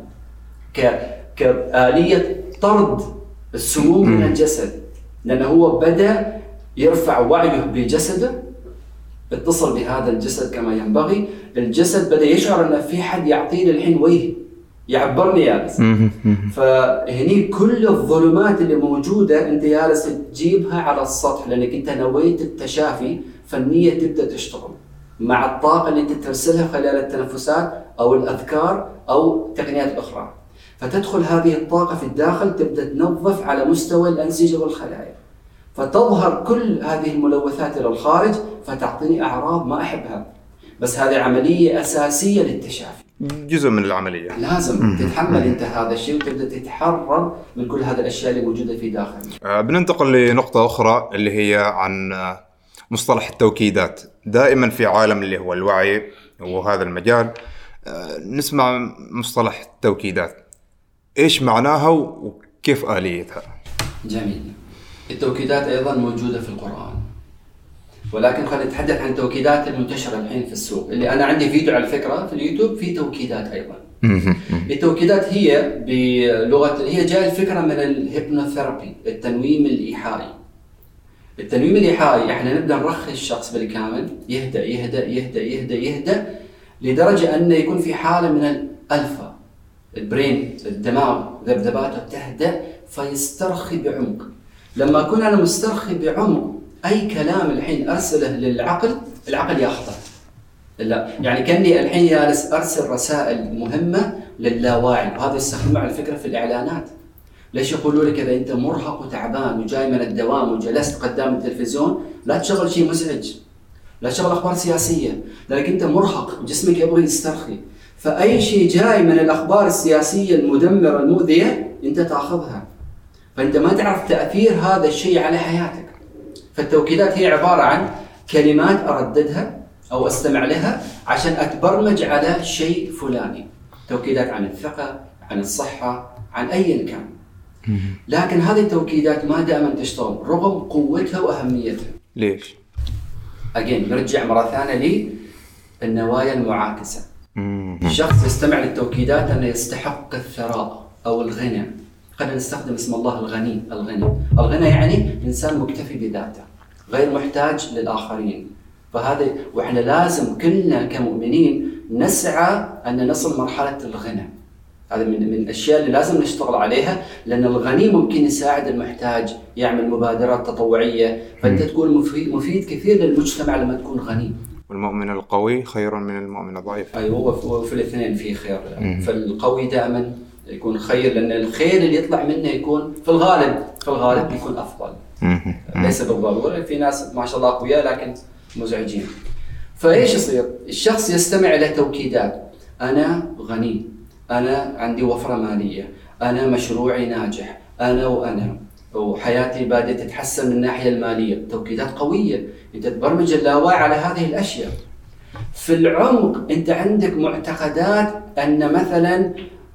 ك كآلية طرد السموم من الجسد، لأنه هو بدأ يرفع وعيه بجسده، اتصل بهذا الجسد كما ينبغي. الجسد بدأ يشعر أن في حد يعطيني الحين وجه يعبرني يالس. فهني كل الظلمات اللي موجودة انت يالس تجيبها على السطح، لانك انت نويت التشافي، فالنية تبدأ تشتغل مع الطاقة اللي انت ترسلها خلال التنفسات او الاذكار او تقنيات اخرى. فتدخل هذه الطاقة في الداخل، تبدأ تنظف على مستوى الأنسجة والخلايا، فتظهر كل هذه الملوثات الى الخارج، فتعطيني اعراض ما احبها. بس هذه عملية اساسية للتشافي، جزء من العملية. لازم تتحمل انت هذا الشيء وتبدأ تتحرر من كل هذه الاشياء اللي موجودة في داخل. آه بننتقل لنقطة اخرى اللي هي عن مصطلح التوكيدات. دائما في عالم اللي هو الوعي وهذا المجال آه نسمع مصطلح التوكيدات، ايش معناها وكيف آليتها؟ جميل. التوكيدات ايضا موجودة في القرآن، ولكن خلينا نتحدث عن التوكيدات المنتشرة الحين في السوق، اللي أنا عندي فيديو على الفكرة في اليوتيوب في توكيدات أيضا. التوكيدات هي بلغة هي جاء الفكرة من الهيبنوثيرابي، التنويم الإيحائي. التنويم الإيحائي احنا نبدأ نرخي الشخص بالكامل، يهدأ يهدأ يهدأ يهدأ يهدأ لدرجة أنه يكون في حالة من الألفا، البرين، الدماغ ذبذباته تهدأ فيسترخي بعمق. لما أكون أنا مسترخي بعمق، أي كلام الحين أرسله للعقل، العقل ياخذه. لا يعني كأني الحين جالس أرسل رسائل مهمة للاواعي، وهذا يستخدمه على فكرة في الإعلانات. ليش يقولوا لك إذا أنت مرهق وتعبان وجاي من الدوام وجلست قدام التلفزيون لا تشغل شيء مزعج، لا تشغل أخبار سياسية، لأنك أنت مرهق وجسمك يبغى يسترخي. فأي شيء جاي من الأخبار السياسية المدمرة المؤذية أنت تأخذها. فأنت ما تعرف تأثير هذا الشيء على حياتك. فالتوكيدات هي عبارة عن كلمات أرددها أو أستمع لها عشان أتبرمج على شيء فلاني. توكيدات عن الثقة، عن الصحة، عن أي كان. لكن هذه التوكيدات ما دائما تشتغل رغم قوتها وأهميتها. ليش؟ أجين نرجع مرة ثانية للنوايا المعاكسة. الشخص يستمع للتوكيدات أنه يستحق الثراء أو الغنى. خلينا نستخدم اسم الله الغني. الغنى الغنى يعني إنسان مكتفي بذاته غير محتاج للآخرين. فهذا وإحنا لازم كلنا كمؤمنين نسعى أن نصل مرحلة الغنى. هذا من من الأشياء اللي لازم نشتغل عليها، لأن الغني ممكن يساعد المحتاج، يعمل مبادرات تطوعية، فأنت تكون مفيد, مفيد كثير للمجتمع لما تكون غني. والمؤمن القوي خير من المؤمن الضعيف. أيوة، وفي الاثنين في خير. فالقوي دائما يكون خير، لأن الخير اللي يطلع منه يكون في الغالب في الغالب يكون أفضل. ليس بالضرورة، في ناس ما شاء الله قوية لكن مزعجين. فإيش يصير؟ الشخص يستمع إلى توكيدات: أنا غني، أنا عندي وفرة مالية، أنا مشروعي ناجح، أنا وأنا وحياتي بادئة تتحسن من الناحية المالية. توكيدات قوية، أنت تبرمج اللاواعي على هذه الأشياء. في العمق أنت عندك معتقدات أن مثلا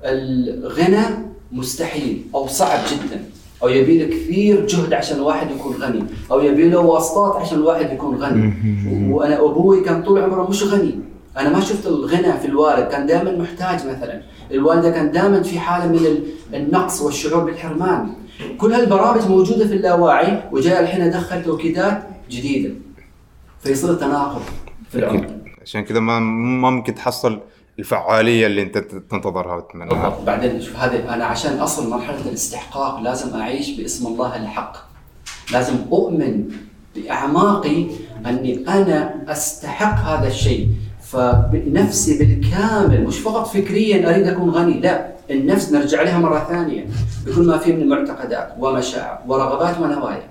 الغنى مستحيل أو صعب جدا، أو يبي له كثير جهد عشان الواحد يكون غني، أو يبي له واسطات عشان الواحد يكون غني. وأنا أبوي كان طول عمره مش غني، أنا ما شفت الغنى في الوالد، كان دائما محتاج. مثلا الوالدة كان دائما في حالة من النقص والشعور بالحرمان. كل هالبرامج موجودة في اللاواعي، وجاء الحين أدخل توكيدات جديدة، فيصير تناقض في العمق. عشان كذا ما ممكن تحصل الفعالية اللي أنت تنتظرها وتتمناها. بعدين شوف، هذا أنا عشان أصل مرحلة الاستحقاق لازم أعيش باسم الله الحق، لازم أؤمن بأعماقي أني أنا أستحق هذا الشيء. فنفسي بالكامل، مش فقط فكريا أريد أكون غني، لا، النفس نرجع لها مرة ثانية بكل ما فيه من معتقدات ومشاعر ورغبات ونوايا،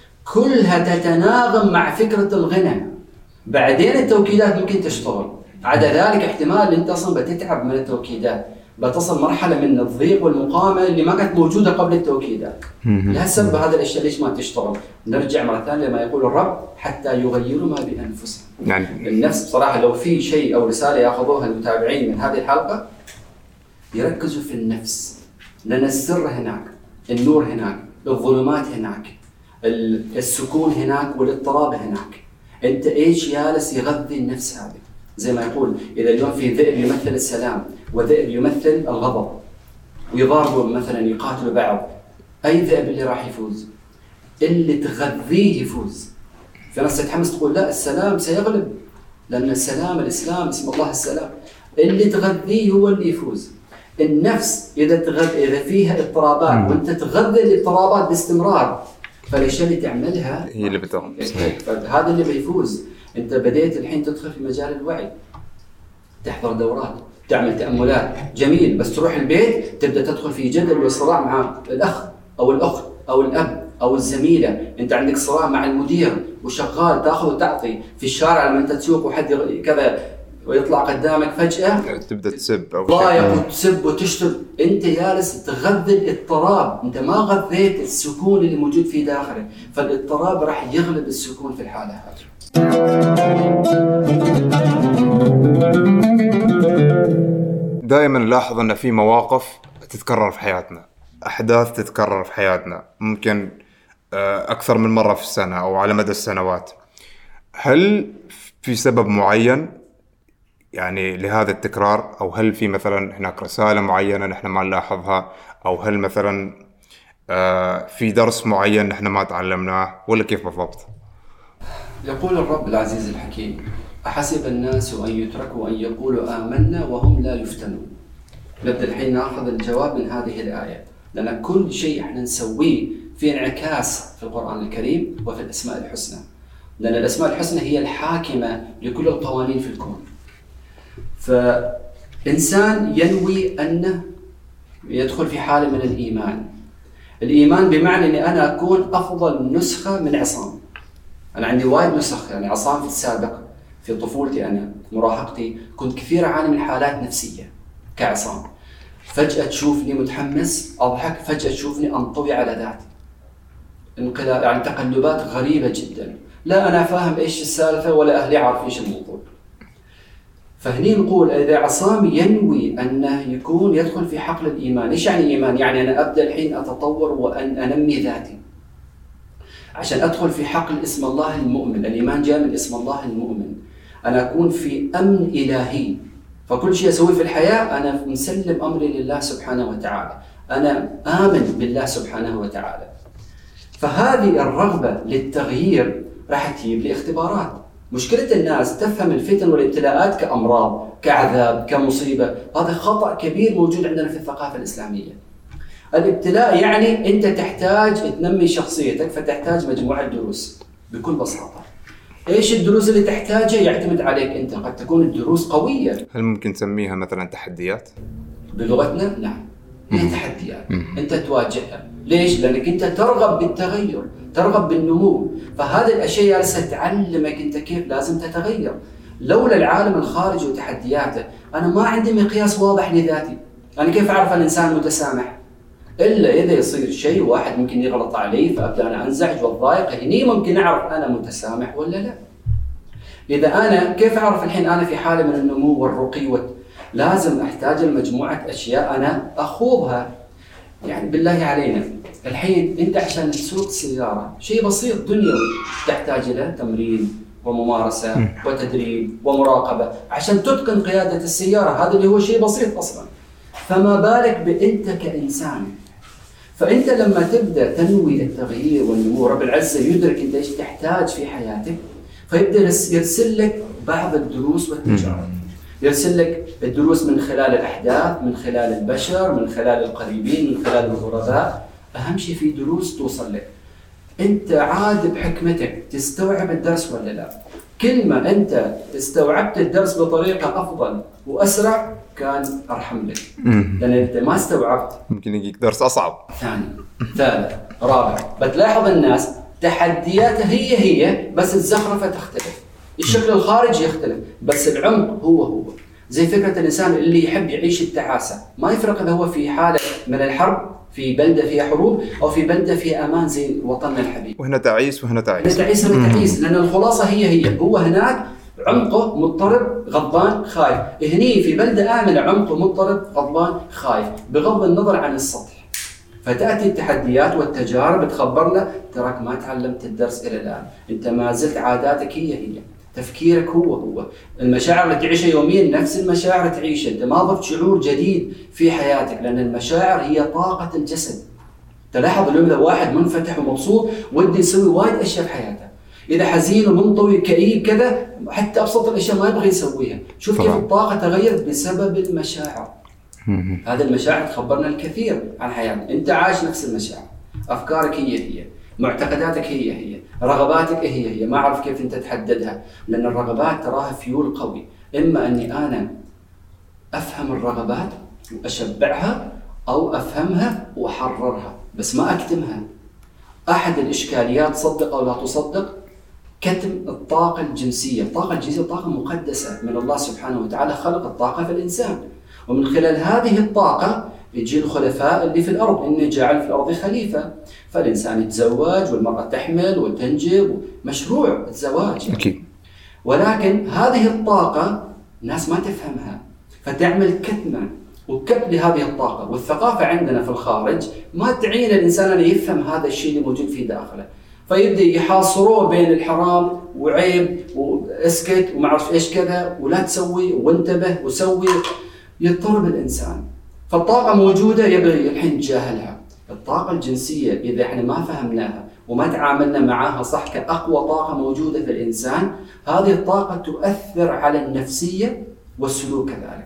كلها تتناغم مع فكرة الغنى. بعدين التوكيدات ممكن تشتغل. عدا ذلك احتمال أنت أصلا بتتعب من التوكيدات، بتصل مرحلة من الضيق والمقاومة اللي ما كانت موجودة قبل التوكيدات. لهالسبب هذا الأشياء ليش ما تشتغل. نرجع مرة ثانية لما يقول الرب: حتى يغيروا ما بأنفسهم. يعني النفس بصراحة لو في شيء أو رسالة يأخذوها المتابعين من هذه الحلقة، يركزوا في النفس، لأن السر هناك، النور هناك، الظلمات هناك، السكون هناك، والاضطراب هناك. أنت إيش جالس يغذي النفس هذه؟ زي ما يقول إذا اليوم في ذئب يمثل السلام وذئب يمثل الغضب، ويضاربوا مثلا يقاتلوا بعض، أي ذئب اللي راح يفوز؟ اللي تغذيه يفوز. في ناس تتحمس تقول لا السلام سيغلب، لأن السلام الإسلام اسم الله السلام. اللي تغذيه هو اللي يفوز. النفس إذا تغذي إذا فيها اضطرابات وأنت تغذي الاضطرابات باستمرار، فالأشياء اللي تعملها هي اللي بتغذي. فهذا اللي بيفوز. أنت بديت الحين تدخل في مجال الوعي، تحضر دورات، تعمل تأملات، جميل، بس تروح البيت تبدأ تدخل في جدل وصراع مع الأخ أو الأخت أو الأب أو الزميلة. أنت عندك صراع مع المدير وشغال تأخذ وتعطي في الشارع، لما أنت تسوق وحد كذا ويطلع قدامك فجأة تبدأ تسب أو ضايق وتسب وتشتم. أنت جالس تغذي الاضطراب، أنت ما غذيت السكون اللي موجود في داخلك، فالاضطراب راح يغلب السكون في الحالة هذه. دائما نلاحظ أن في مواقف تتكرر في حياتنا، أحداث تتكرر في حياتنا، ممكن أكثر من مرة في السنة أو على مدى السنوات. هل في سبب معين يعني لهذا التكرار، أو هل في مثلا هناك رسالة معينة نحن ما نلاحظها، أو هل مثلا في درس معين نحن ما تعلمناه، ولا كيف بالضبط؟ يقول الرب العزيز الحكيم: أحسب الناس أن يتركوا أن يقولوا آمنا وهم لا يفتنون. نبدأ الحين نأخذ الجواب من هذه الآية، لأن كل شيء احنا نسويه في انعكاس في القرآن الكريم وفي الأسماء الحسنى، لأن الأسماء الحسنى هي الحاكمة لكل القوانين في الكون. فإنسان ينوي أنه يدخل في حالة من الإيمان. الإيمان بمعنى أني أنا أكون أفضل نسخة من عصام. أنا عندي وايد نسخ، يعني عصام في السابق في طفولتي، أنا مراهقتي كنت كثير أعاني من حالات نفسية كعصام. فجأة تشوفني متحمس أضحك، فجأة تشوفني أنطوي على ذاتي. انقلاب يعني تقلبات غريبة جدا، لا أنا فاهم إيش السالفة ولا أهلي عارف إيش الموضوع. فهني نقول إذا عصام ينوي أنه يكون يدخل في حقل الإيمان. إيش يعني إيمان؟ يعني أنا أبدأ الحين أتطور وأن أنمي ذاتي عشان أدخل في حقل اسم الله المؤمن. الإيمان جاء من اسم الله المؤمن. أنا أكون في أمن إلهي، فكل شيء أسويه في الحياة أنا مسلم أمري لله سبحانه وتعالى، أنا آمن بالله سبحانه وتعالى. فهذه الرغبة للتغيير راح تجيب لي اختبارات. مشكلة الناس تفهم الفتن والابتلاءات كأمراض، كعذاب، كمصيبة. هذا خطأ كبير موجود عندنا في الثقافة الإسلامية. الابتلاء يعني أنت تحتاج تنمي شخصيتك، فتحتاج مجموعة دروس بكل بساطة. إيش الدروس اللي تحتاجها يعتمد عليك أنت. قد تكون الدروس قوية. هل ممكن تسميها مثلا تحديات؟ بلغتنا نعم، هي تحديات أنت تواجهها. ليش؟ لأنك أنت ترغب بالتغير، ترغب بالنمو. فهذه الأشياء جالسة تعلمك أنت كيف لازم تتغير. لولا العالم الخارجي وتحدياته أنا ما عندي مقياس واضح لذاتي. أنا كيف أعرف الإنسان متسامح؟ إلا إذا يصير شيء واحد ممكن يغلط علي فأبدأ أنا أنزعج وأتضايق، هني ممكن أعرف أنا متسامح ولا لا. إذا أنا كيف أعرف الحين أنا في حالة من النمو والرقي وت... لازم أحتاج لمجموعة أشياء أنا أخوضها. يعني بالله علينا الحين أنت عشان تسوق سيارة شيء بسيط دنيوي تحتاج إلى تمرين وممارسة وتدريب ومراقبة عشان تتقن قيادة السيارة. هذا اللي هو شيء بسيط أصلا، فما بالك بأنت كإنسان. فأنت لما تبدأ تنوي التغيير والنمو رب العزة يدرك أنت إيش تحتاج في حياتك، فيبدأ يرسل لك بعض الدروس والتجارب. يرسل لك الدروس من خلال الأحداث، من خلال البشر، من خلال القريبين، من خلال الغرباء. أهم شيء في دروس توصل لك. أنت عاد بحكمتك تستوعب الدرس ولا لا. كل ما أنت استوعبت الدرس بطريقة أفضل وأسرع كان أرحم لك، لأن أنت ما استوعبت ممكن يجيك درس أصعب. ثاني، ثالث، رابع. بتلاحظ الناس تحدياتها هي هي بس الزخرفة تختلف، الشكل الخارجي يختلف بس العمق هو هو. زي فكرة الإنسان اللي يحب يعيش التعاسة، ما يفرق إذا هو في حالة من الحرب في بلدة فيها حروب أو في بلدة فيها أمان زي وطننا الحبيب. وهنا تعيس وهنا تعيس. هنا تعيس وهنا تعيس، لأن الخلاصة هي هي. هو هناك عمقه مضطرب غضبان خايف، هني في بلدة آمنة عمقه مضطرب غضبان خايف بغض النظر عن السطح. فتأتي التحديات والتجارب تخبرنا تراك ما تعلمت الدرس إلى الآن، أنت ما زلت عاداتك هي هي، تفكيرك هو هو، المشاعر اللي تعيشها يوميا نفس المشاعر تعيشها. أنت ما ضفت شعور جديد في حياتك، لأن المشاعر هي طاقة الجسد. تلاحظ اليوم إذا واحد منفتح ومبسوط ودي يسوي وايد أشياء في حياته، إذا حزين ومنطوي كئيب كذا حتى أبسط الأشياء ما يبغى يسويها. شوف كيف الطاقة تغيرت بسبب المشاعر. هذه المشاعر تخبرنا الكثير عن حياتنا. أنت عايش نفس المشاعر، أفكارك هي هي، معتقداتك هي هي، رغباتك هي هي. ما أعرف كيف أنت تحددها، لأن الرغبات تراها فيول قوي. إما أني أنا أفهم الرغبات وأشبعها، أو أفهمها وأحررها بس ما أكتمها. أحد الإشكاليات صدق أو لا تصدق كتم الطاقة الجنسية. الطاقة الجنسية طاقة مقدسة من الله سبحانه وتعالى، خلق الطاقة في الإنسان، ومن خلال هذه الطاقة يجي الخلفاء اللي في الأرض. إنه جعل في الأرض خليفة، فالإنسان يتزوج والمرأة تحمل وتنجب، مشروع الزواج أكيد. ولكن هذه الطاقة الناس ما تفهمها، فتعمل كتمة وكبت لهذه الطاقة. والثقافة عندنا في الخارج ما تعين الإنسان أن يفهم هذا الشيء اللي موجود في داخله، فيبدأ يحاصروه بين الحرام وعيب واسكت وما أعرف إيش كذا ولا تسوي وانتبه وسوي، يضطرب الإنسان. فالطاقة موجودة يبغي الحين نتجاهلها. الطاقة الجنسية إذا إحنا ما فهمناها وما تعاملنا معها صح كأقوى طاقة موجودة في الإنسان، هذه الطاقة تؤثر على النفسية والسلوك كذلك.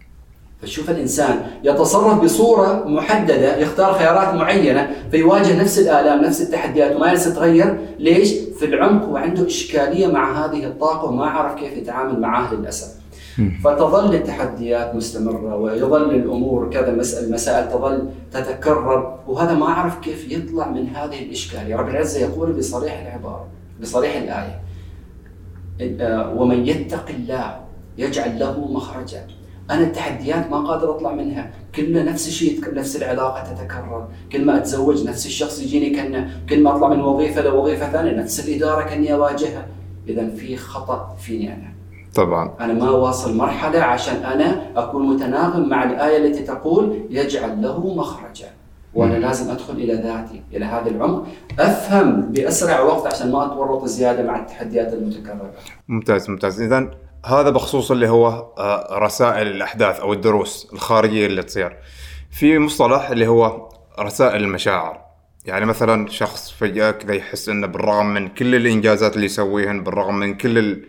فشوف الإنسان يتصرف بصورة محددة، يختار خيارات معينة فيواجه نفس الآلام نفس التحديات وما يتغير. ليش؟ في العمق وعنده إشكالية مع هذه الطاقة وما عرف كيف يتعامل معها للأسف. فتظل التحديات مستمرة ويظل الأمور كذا، مسألة مسائل تظل تتكرر، وهذا ما عرف كيف يطلع من هذه الإشكالية. رب العزة يقول بصريح العبارة بصريح الآية: ومن يتق الله يجعل له مخرجا أنا التحديات ما قادر أطلع منها، كلنا نفس الشيء، نفس العلاقة تتكرر، كل ما أتزوج نفس الشخص يجيني كأنه، كل ما أطلع من وظيفة لوظيفة ثانية نفس الإدارة كأني أواجهها. إذا في خطأ فيني أنا. طبعا أنا ما واصل مرحلة عشان أنا أكون متناغم مع الآية التي تقول يجعل له مخرجا، وأنا لازم أدخل إلى ذاتي، إلى هذا العمق، أفهم بأسرع وقت عشان ما أتورط زيادة مع التحديات المتكررة. ممتاز ممتاز. إذن هذا بخصوص اللي هو رسائل الأحداث أو الدروس الخارجية اللي تصير. في مصطلح اللي هو رسائل المشاعر. يعني مثلا شخص فجأة كذا يحس إنه بالرغم من كل الإنجازات اللي يسويهن، بالرغم من كل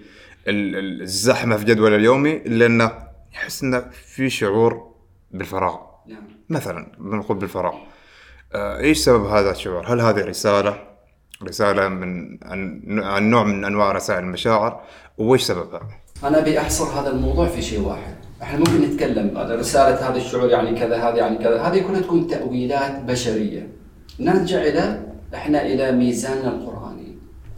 الزحمة في جدول اليومي، إلا إنه يحس إنه في شعور بالفراغ. نعم. مثلا بنقول بالفراغ. آه، إيش سبب هذا الشعور؟ هل هذه رسالة رسالة من النوع من أنواع رسائل المشاعر؟ وإيش سببها؟ أنا بأحصر هذا الموضوع في شيء واحد. إحنا ممكن نتكلم رسالة هذا الشعور يعني كذا، هذه يعني كذا، هذه كلها تكون تأويلات بشرية. نرجع إلى إحنا إلى ميزاننا القرآني.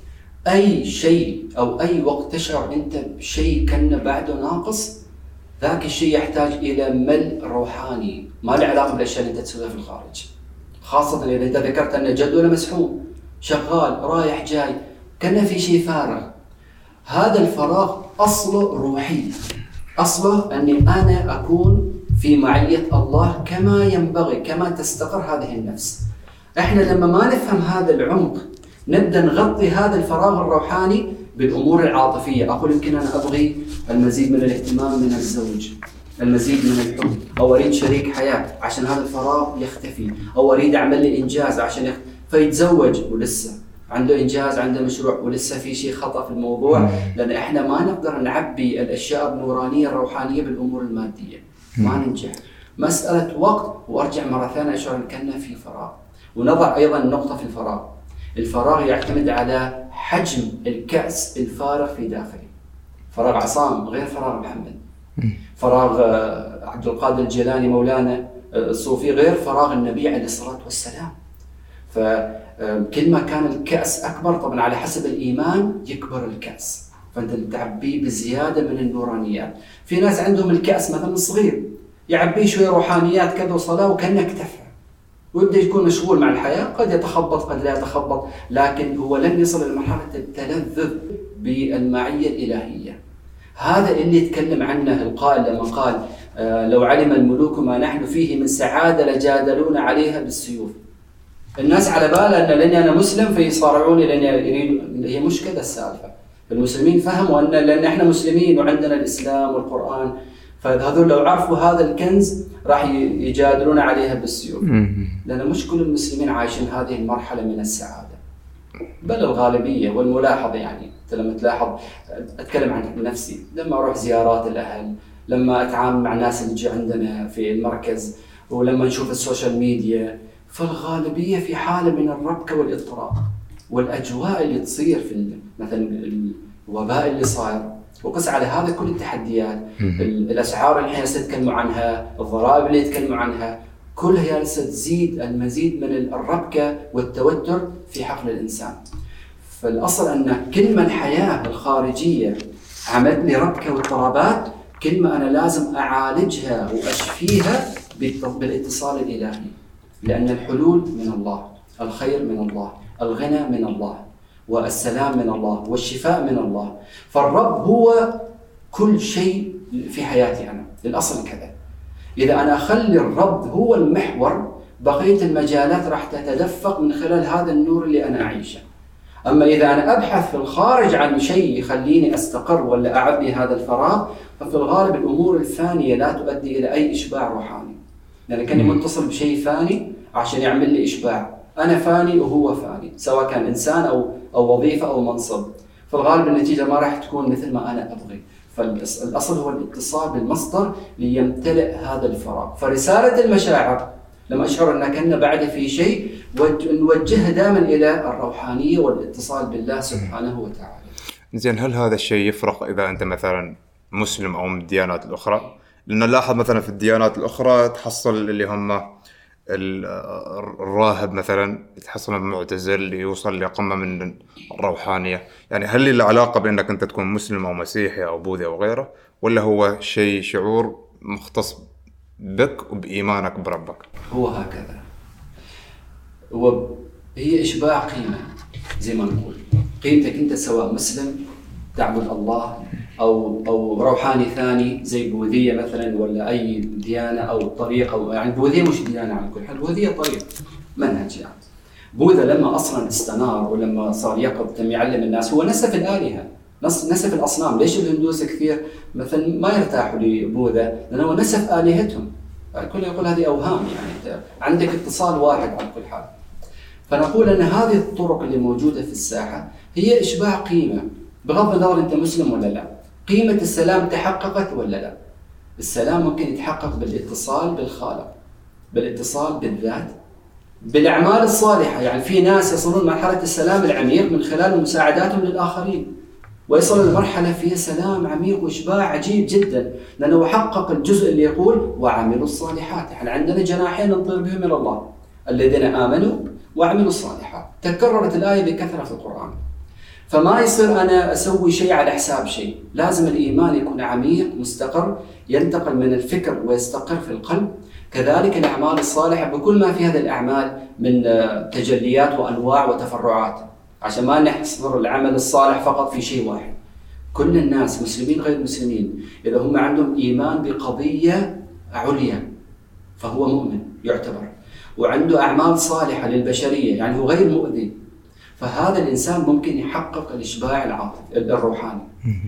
أي شيء أو أي وقت تشعر أنت بشيء كأنه بعده ناقص، ذاك الشيء يحتاج إلى ملء روحاني، ما له علاقة بالأشياء اللي أنت تسويها في الخارج. خاصة إذا أنت ذكرت أن جدول مسحوم، شغال، رايح جاي، كأنه في شيء فارغ. هذا الفراغ أصله روحي، أصله أني أنا أكون في معية الله كما ينبغي، كما تستقر هذه النفس. إحنا لما ما نفهم هذا العمق نبدأ نغطي هذا الفراغ الروحاني بالأمور العاطفية. أقول يمكن أنا أبغي المزيد من الاهتمام من الزوج، المزيد من الحب، أو أريد شريك حياة عشان هذا الفراغ يختفي، أو أريد أعمل لي إنجاز عشان يخ... فيتزوج ولسه عنده إنجاز، عنده مشروع ولسه في شيء خطأ في الموضوع، لأن إحنا ما نقدر نعبي الأشياء النورانية الروحانية بالأمور المادية، ما ننجح. مسألة وقت وأرجع مرة ثانية أشعر أن كنا في فراغ. ونضع أيضا نقطة في الفراغ. الفراغ يعتمد على حجم الكأس الفارغ في داخلي. فراغ عصام غير فراغ محمد. فراغ عبد القادر الجيلاني مولانا الصوفي غير فراغ النبي عليه الصلاة والسلام. فكل ما كان الكأس أكبر طبعا على حسب الإيمان يكبر الكأس، فأنت تعبيه بزيادة من النورانيات. في ناس عندهم الكأس مثلا صغير يعبيه شوية روحانيات كذا وصلاة وكأنه اكتفى، ويبدأ يكون مشغول مع الحياة، قد يتخبط قد لا يتخبط، لكن هو لن يصل إلى مرحلة التلذذ بالمعية الإلهية. هذا اللي يتكلم عنه القائل لما قال آه لو علم الملوك ما نحن فيه من سعادة لجادلون عليها بالسيوف. الناس على بالها أن لأني أنا مسلم فيصارعوني لأني يريد، هي مش كذا السالفة. المسلمين فهموا أن لأن إحنا مسلمين وعندنا الإسلام والقرآن، فهذول لو عرفوا هذا الكنز راح يجادلون عليها بالسيوف. لأن مش كل المسلمين عايشين هذه المرحلة من السعادة، بل الغالبية. والملاحظة يعني لما تلاحظ، أتكلم عن نفسي، لما أروح زيارات الأهل، لما أتعامل مع ناس اللي جي عندنا في المركز، ولما نشوف السوشيال ميديا، فالغالبية في حالة من الربكة والاضطراب. والأجواء اللي تصير في مثلا الوباء اللي صاير، وقس على هذا كل التحديات، الأسعار اللي احنا نتكلم عنها، الضرائب اللي يتكلموا عنها، كلها جالسة تزيد المزيد من الربكة والتوتر في حقل الإنسان. فالأصل أن كل ما الحياة الخارجية عملت لي ربكة واضطرابات، كل ما أنا لازم أعالجها وأشفيها بالاتصال الإلهي. لأن الحلول من الله، الخير من الله، الغنى من الله، والسلام من الله، والشفاء من الله. فالرب هو كل شيء في حياتي أنا، الأصل كذا. إذا أنا أخلي الرب هو المحور، بقية المجالات راح تتدفق من خلال هذا النور اللي أنا أعيشه. أما إذا أنا أبحث في الخارج عن شيء يخليني أستقر ولا أعبي هذا الفراغ، ففي الغالب الأمور الفانية لا تؤدي إلى أي إشباع روحاني، لأن كاني متصل بشيء فاني عشان يعمل لي إشباع. أنا فاني وهو فاني، سواء كان إنسان أو أو وظيفة أو منصب. في الغالب النتيجة ما راح تكون مثل ما أنا أبغي. فالأصل هو الاتصال بالمصدر ليمتلئ هذا الفراغ. فرسالة المشاعر لما أشعر أن كنا بعد في شيء، نوجهها دائما إلى الروحانية والاتصال بالله سبحانه وتعالى. زين، هل هذا الشيء يفرق إذا أنت مثلا مسلم أو من الديانات الأخرى؟ لأن نلاحظ مثلا في الديانات الأخرى تحصل اللي هم الراهب مثلا يتحصل معتزل يوصل لقمة من الروحانية. يعني هل له علاقة بأنك أنت تكون مسلم أو مسيحي أو بوذي أو غيره، ولا هو شيء شعور مختص بك وبإيمانك بربك. هو هكذا، هو هي إشباع قيمة زي ما نقول. قيمتك أنت سواء مسلم تعبد الله أو أو روحاني ثاني زي البوذية مثلا ولا أي ديانة أو طريقة، أو يعني البوذية مش ديانة على كل حال، البوذية طريق منهج. يعني بوذا لما أصلا استنار ولما صار يقظ تم يعلم الناس، هو نسف الآلهة، نسف الأصنام. ليش الهندوس كثير مثلا ما يرتاحوا لبوذا؟ لأنه هو نسف آلهتهم. الكل يقول هذه أوهام، يعني عندك اتصال واحد على كل حال. فنقول أن هذه الطرق اللي موجودة في الساحة هي إشباع قيمة، بغض النظر أنت مسلم ولا لا. قيمة السلام تحققت ولا لا؟ السلام ممكن يتحقق بالاتصال بالخالق، بالاتصال بالذات، بالأعمال الصالحة. يعني في ناس يصلون مرحلة السلام العميق من خلال مساعداتهم للآخرين، ويصل لمرحلة فيها سلام عميق وإشباع عجيب جدا، لأنه حقق الجزء اللي يقول وعملوا الصالحات. احنا عندنا جناحين نطير بهم إلى الله، الذين آمنوا وعملوا الصالحات. تكررت الآية بكثرة في القرآن. فما يصير أنا أسوي شيء على حساب شيء، لازم الإيمان يكون عميق مستقر، ينتقل من الفكر ويستقر في القلب. كذلك الأعمال الصالحة بكل ما في هذه الأعمال من تجليات وأنواع وتفرعات، عشان ما نحصر العمل الصالح فقط في شيء واحد. كل الناس مسلمين غير مسلمين إذا هم عندهم إيمان بقضية عليا فهو مؤمن يعتبر، وعنده أعمال صالحة للبشرية يعني هو غير مؤذي، فهذا الإنسان ممكن يحقق الإشباع العاطفي الروحاني.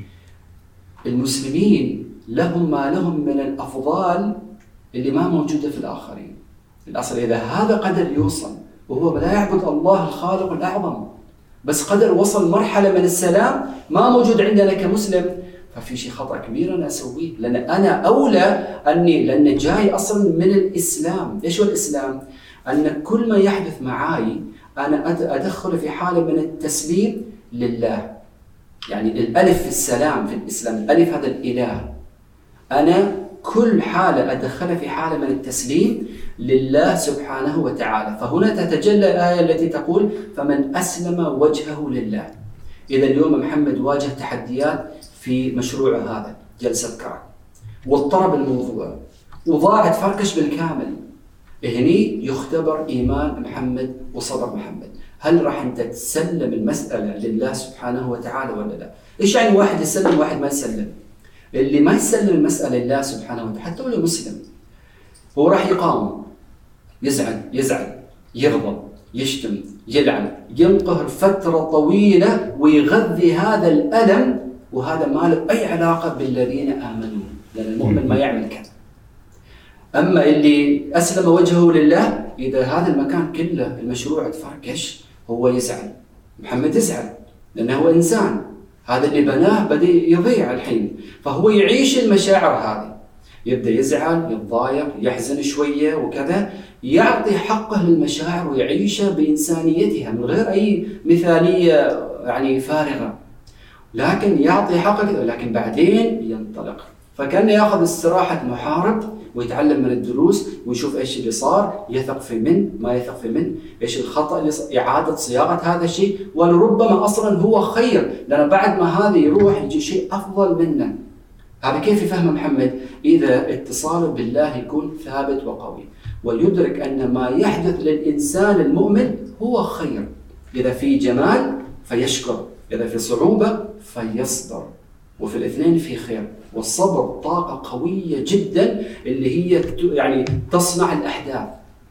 المسلمين لهم ما لهم من الأفضال اللي ما موجودة في الآخرين. الأصل إذا هذا قدر يوصل وهو لا يعبد الله الخالق الأعظم، بس قدر وصل مرحلة من السلام ما موجود عندنا كمسلم، ففي شيء خطأ كبير أنا أسويه، لأن أنا أولى أني لأن جاي أصلا من الإسلام. إيش هو الإسلام؟ أن كل ما يحدث معاي أنا أدخل في حالة من التسليم لله. يعني الألف في السلام في الإسلام، الألف هذا الإله. أنا كل حالة أدخل في حالة من التسليم لله سبحانه وتعالى. فهنا تتجلى الآية التي تقول فمن أسلم وجهه لله. إذا اليوم محمد واجه تحديات في مشروع هذا جلسة كرك، واضطرب الموضوع وضاعت فركش بالكامل. هني يختبر إيمان محمد وصبر محمد. هل راح أنت تسلم المسألة لله سبحانه وتعالى ولا لا؟ إيش يعني واحد يسلم واحد ما يسلم؟ اللي ما يسلم المسألة لله سبحانه وتعالى حتى ولو مسلم هو راح يقاوم، يزعل يزعل يغضب يشتم يلعن ينقهر فترة طويلة ويغذي هذا الألم، وهذا ما له أي علاقة بالذين آمنوا، لأن المؤمن ما يعمل كذا. أما اللي أسلم وجهه لله إذا هذا المكان كله المشروع تفركش هو يزعل، محمد يزعل لأنه هو إنسان، هذا اللي بناه بدأ يضيع الحين، فهو يعيش المشاعر هذه، يبدأ يزعل يتضايق يحزن شوية وكذا، يعطي حقه للمشاعر ويعيشها بإنسانيتها من غير أي مثالية يعني فارغة، لكن يعطي حقه، لكن بعدين ينطلق. فكان يأخذ استراحة محارب ويتعلم من الدروس ويشوف إيش اللي صار، يثق في من ما يثق في من، إيش الخطأ اللي صار، إعادة صياغة هذا الشيء، ولربما أصلا هو خير لأن بعد ما هذا يروح يجي شيء أفضل منه. هذا كيف يفهم محمد؟ إذا اتصاله بالله يكون ثابت وقوي ويدرك أن ما يحدث للإنسان المؤمن هو خير، إذا في جمال فيشكر، إذا في صعوبة فيصبر، وفي الاثنين في خير. والصبر طاقة قوية جدا اللي هي يعني تصنع الأحداث.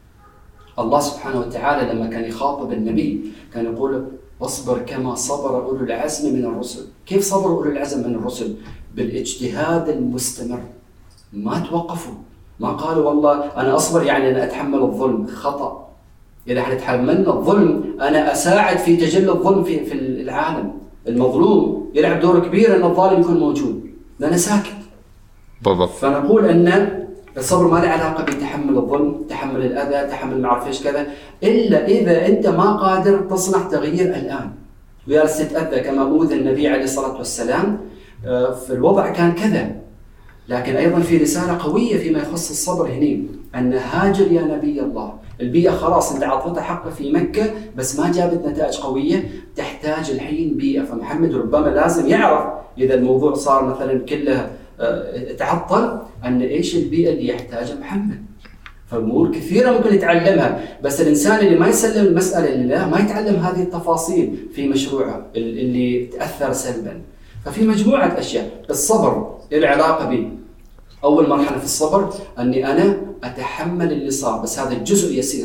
الله سبحانه وتعالى لما كان يخاطب النبي كان يقول واصبر كما صبر أولو العزم من الرسل. كيف صبر أولو العزم من الرسل؟ بالاجتهاد المستمر، ما توقفوا، ما قالوا والله أنا أصبر يعني أنا أتحمل الظلم، خطأ. إذا احنا تحملنا الظلم أنا أساعد في تجلي الظلم في في العالم. المظلوم يلعب دور كبير أن الظالم يكون موجود، لأنه ساكت. بالضبط. فنقول أن الصبر ما له علاقة بتحمل الظلم، تحمل الأذى، تحمل ما أعرف إيش كذا، إلا إذا أنت ما قادر تصنع تغيير الآن. ويالس تتأذى كما أوذى النبي عليه الصلاة والسلام في الوضع كان كذا. لكن أيضا في رسالة قوية فيما يخص الصبر هنا، أن هاجر يا نبي الله. البيئة خلاص أنت عطيتها حقه في مكة بس ما جابت نتائج قوية، تحتاج الحين بيئة. فمحمد ربما لازم يعرف إذا الموضوع صار مثلا كله تعطل أن إيش البيئة اللي يحتاجها محمد. فأمور كثيرة ممكن يتعلمها، بس الإنسان اللي ما يسلم المسألة لله ما يتعلم هذه التفاصيل في مشروعه اللي تأثر سلبا. ففي مجموعة أشياء. الصبر العلاقة به، أول مرحلة في الصبر أني أنا أتحمل اللي صار، بس هذا الجزء يسير.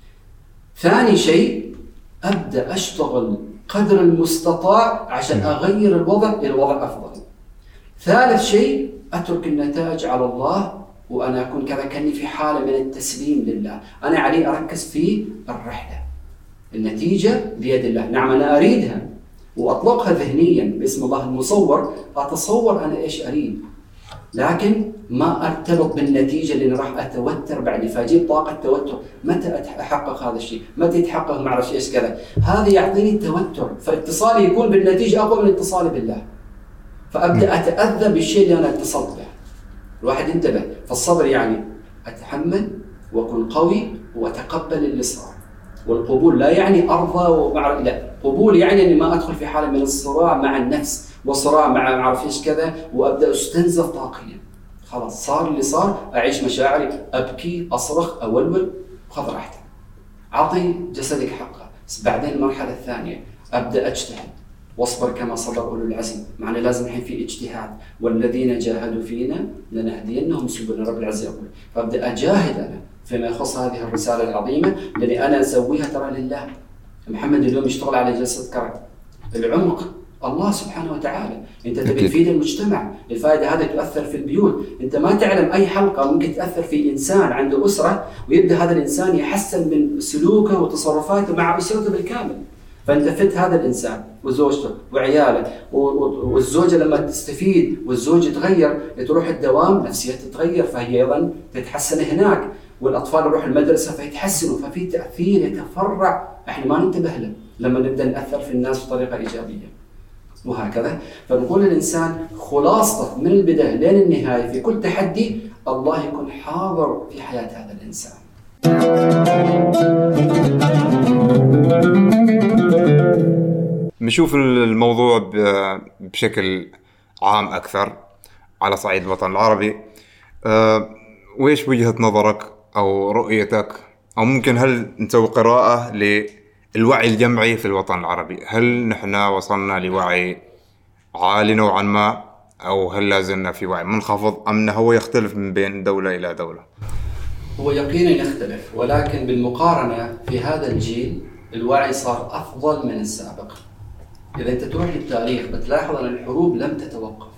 ثاني شيء أبدأ أشتغل قدر المستطاع عشان أغير الوضع إلى وضع أفضل. ثالث شيء أترك النتائج على الله، وأنا أكون كذا كأني في حالة من التسليم لله. أنا علي أركز في الرحلة، النتيجة بيد الله. نعم أنا أريدها وأطلقها ذهنيا باسم الله المصور، أتصور أنا إيش أريد، لكن ما أرتبط بالنتيجة لأن راح أتوتر بعد، فأجيب طاقة توتر. متى أحقق هذا الشيء؟ متى يتحقق؟ ما أعرف إيش كذا. هذا يعطيني التوتر، فاتصالي يكون بالنتيجة أقوى من اتصالي بالله، فأبدأ أتأذى بالشيء اللي أنا اتصلت به. الواحد ينتبه. فالصبر يعني أتحمل وأكون قوي وأتقبل اللي صار. والقبول لا يعني أرضى ومع... لا، قبول يعني أني ما أدخل في حالة من الصراع مع النفس وصراع مع ما أعرف إيش كذا وأبدأ أستنزف طاقيا. خلاص صار اللي صار، أعيش مشاعري، أبكي، أصرخ، أولول، خذ راحتك، أعطي جسدك حقه. بس بعدين المرحلة الثانية أبدأ أجتهد واصبر كما صبر أولو العزم. معنى لازم الحين في اجتهاد، والذين جاهدوا فينا لنهدينهم سبلنا، رب العزة يقول. فأبدأ أجاهد أنا فيما يخص هذه الرسالة العظيمة، لأني أنا أسويها ترى لله. محمد اليوم يشتغل على جلسة كرك، العمق الله سبحانه وتعالى. أنت تبي تفيد المجتمع، الفائدة هذه تؤثر في البيوت. أنت ما تعلم أي حلقة ممكن تأثر في إنسان عنده أسرة، ويبدأ هذا الإنسان يحسن من سلوكه وتصرفاته مع أسرته بالكامل. فأنت فت هذا الإنسان وزوجته وعياله، والزوجة لما تستفيد والزوج يتغير، تروح الدوام نفسيته تتغير، فهي أيضا تتحسن هناك، والأطفال يروحوا المدرسة فيتحسنوا، ففي تأثير يتفرع إحنا ما ننتبه له لما نبدأ نأثر في الناس بطريقة إيجابية، وهكذا. فنقول الإنسان خلاصته من البداية لين النهاية في كل تحدي الله يكون حاضر في حياة هذا الإنسان. نشوف الموضوع بشكل عام أكثر على صعيد الوطن العربي. أه وإيش وجهة نظرك أو رؤيتك، أو ممكن هل نسوي قراءة للوعي الجمعي في الوطن العربي؟ هل نحن وصلنا لوعي عالي نوعا ما، أو هل لازلنا في وعي منخفض، أم هو يختلف من بين دولة إلى دولة؟ هو يقينا يختلف، ولكن بالمقارنة في هذا الجيل الوعي صار أفضل من السابق. إذا أنت تروح للتاريخ بتلاحظ أن الحروب لم تتوقف.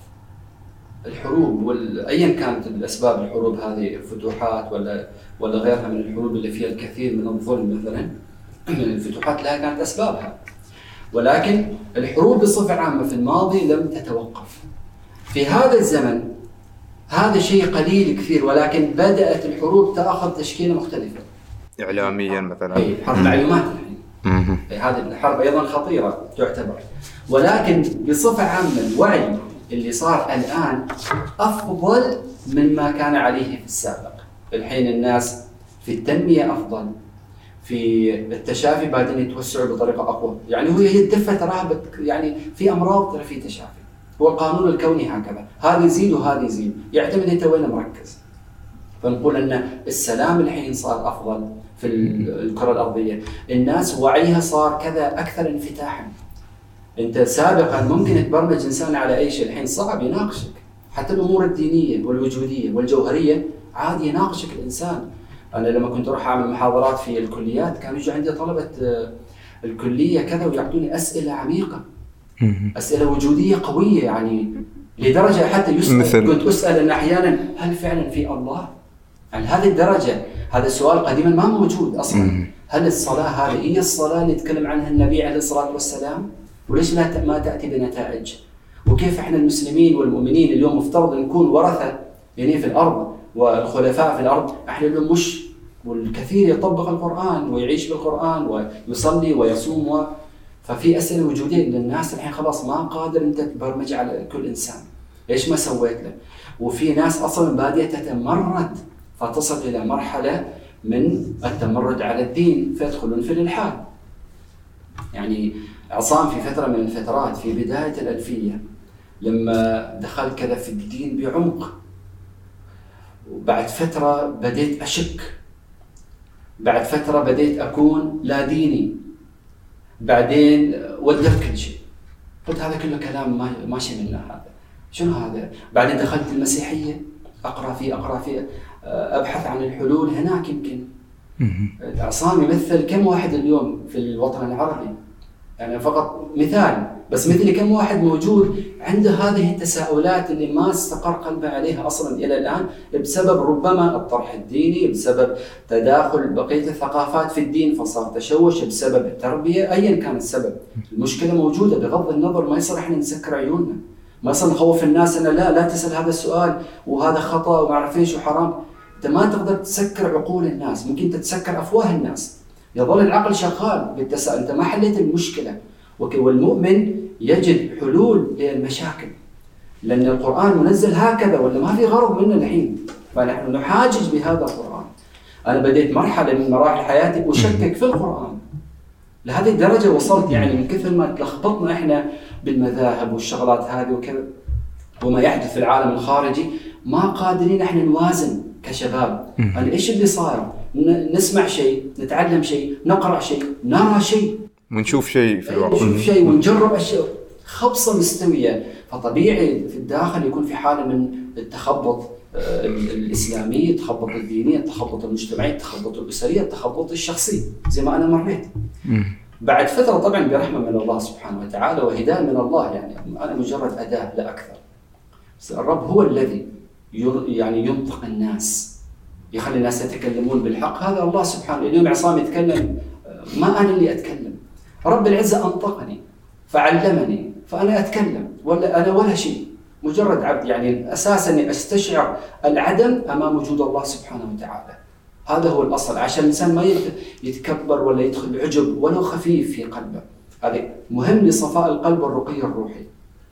الحروب وأيا كانت الأسباب، الحروب هذه فتوحات ولا ولا غيرها من الحروب اللي فيها الكثير من الظلم مثلا، الفتوحات لها كانت أسبابها، ولكن الحروب بصفة عامة في الماضي لم تتوقف. في هذا الزمن هذا شيء قليل كثير، ولكن بدأت الحروب تأخذ تشكيلة مختلفة إعلاميا مثلا. أي حرب معلومات الحين، هذه الحرب أيضا خطيرة تعتبر، ولكن بصفة عامة الوعي اللي صار الآن أفضل مما كان عليه في السابق. الحين الناس في التنمية أفضل، في التشافي بعدين يتوسعوا بطريقة أقوى. يعني هو يدفع تراها يعني في أمراض ترى في تشافي، هو القانون الكوني هكذا، هذا يزيد وهذا يزيد، يعتمد أنت وين مركز. فنقول أن السلام الحين صار أفضل في الكرة الأرضية، الناس وعيها صار كذا أكثر انفتاحا. أنت سابقا ممكن تبرمج إنسان على أي شيء، الحين صعب يناقشك، حتى الأمور الدينية والوجودية والجوهرية عادي يناقشك الإنسان. أنا لما كنت أروح أعمل محاضرات في الكليات كانوا يجوا عندي طلبة الكلية كذا ويعطوني أسئلة عميقة، أسئلة وجودية قوية، يعني لدرجة حتى يسأل، كنت أسأل أن أحيانا هل فعلا في الله؟ يعني هذه الدرجة، هذا السؤال قديما ما موجود أصلا. هل الصلاة هذه هي الصلاة اللي يتكلم عنها النبي عليه الصلاة والسلام؟ وليش لا ما تأتي بنتائج؟ وكيف احنا المسلمين والمؤمنين اليوم مفترض نكون ورثة يعني في الأرض والخلفاء في الأرض، احنا اليوم مش، والكثير يطبق القرآن ويعيش بالقرآن ويصلي ويصوم و... ففي أسئلة وجودية للناس الحين خلاص ما قادر أنت تبرمج على كل إنسان، إيش ما سويت له. وفي ناس أصلا بادية تتمرد فتصل إلى مرحلة من التمرد على الدين فيدخلون في الإلحاد. يعني عصام في فترة من الفترات في بداية الألفية لما دخل كذا في الدين بعمق، وبعد فترة بديت أشك، بعد فترة بديت أكون لا ديني، بعدين ودرت كل شيء. قلت هذا كله كلام ما ما شملنا، هذا شنو هذا؟ بعدين دخلت المسيحية، أقرأ فيه أقرأ فيه أبحث عن الحلول هناك. يمكن عصام يمثل كم واحد اليوم في الوطن العربي؟ يعني فقط مثال، بس مثلي كم واحد موجود عنده هذه التساؤلات اللي ما استقر قلبه عليها أصلا إلى الآن، بسبب ربما الطرح الديني، بسبب تداخل بقية الثقافات في الدين فصار تشوش، بسبب التربية، أيا كان السبب. المشكلة موجودة بغض النظر، ما يصير احنا نسكر عيوننا، ما يصير نخوف الناس أن لا لا تسأل هذا السؤال وهذا خطأ وما أعرف إيش وحرام. أنت ما تقدر تسكر عقول الناس، ممكن تتسكر أفواه الناس، يظل العقل شغال بالتساؤل، أنت ما حليت المشكلة. والمؤمن يجد حلول للمشاكل، لأن القرآن منزل هكذا ولا ما في غرض منه الحين، فنحن نحاجج بهذا القرآن. أنا بديت مرحلة من مراحل حياتي أشكك في القرآن، لهذه الدرجة وصلت، يعني من كثر ما تلخبطنا إحنا بالمذاهب والشغلات هذه وكذا وما يحدث في العالم الخارجي، ما قادرين إحنا نوازن كشباب. أنا إيش اللي صار؟ نسمع شيء، نتعلم شيء، نقرأ شيء، نرى شيء، ونشوف شيء في الواقع، نشوف شيء ونجرب أشياء، خبصة مستوية. فطبيعي في الداخل يكون في حالة من التخبط الإسلامي، التخبط الديني، التخبط المجتمعي، التخبط الأسري، التخبط الشخصي، زي ما أنا مريت. بعد فترة طبعا برحمة من الله سبحانه وتعالى وهداية من الله، يعني أنا مجرد أداة لا أكثر. بس الرب هو الذي يعني ينطق الناس، يخلي الناس يتكلمون بالحق. هذا الله سبحانه. اليوم عصام يتكلم، ما أنا اللي أتكلم، رب العزة أنطقني فعلمني فأنا أتكلم، ولا أنا ولا شيء، مجرد عبد. يعني أساساً أني أستشعر العدم أمام وجود الله سبحانه وتعالى. هذا هو الأصل، عشان الإنسان ما يتكبر ولا يدخل عجب ولو خفيف في قلبه. هذا مهم لصفاء القلب والرقي الروحي.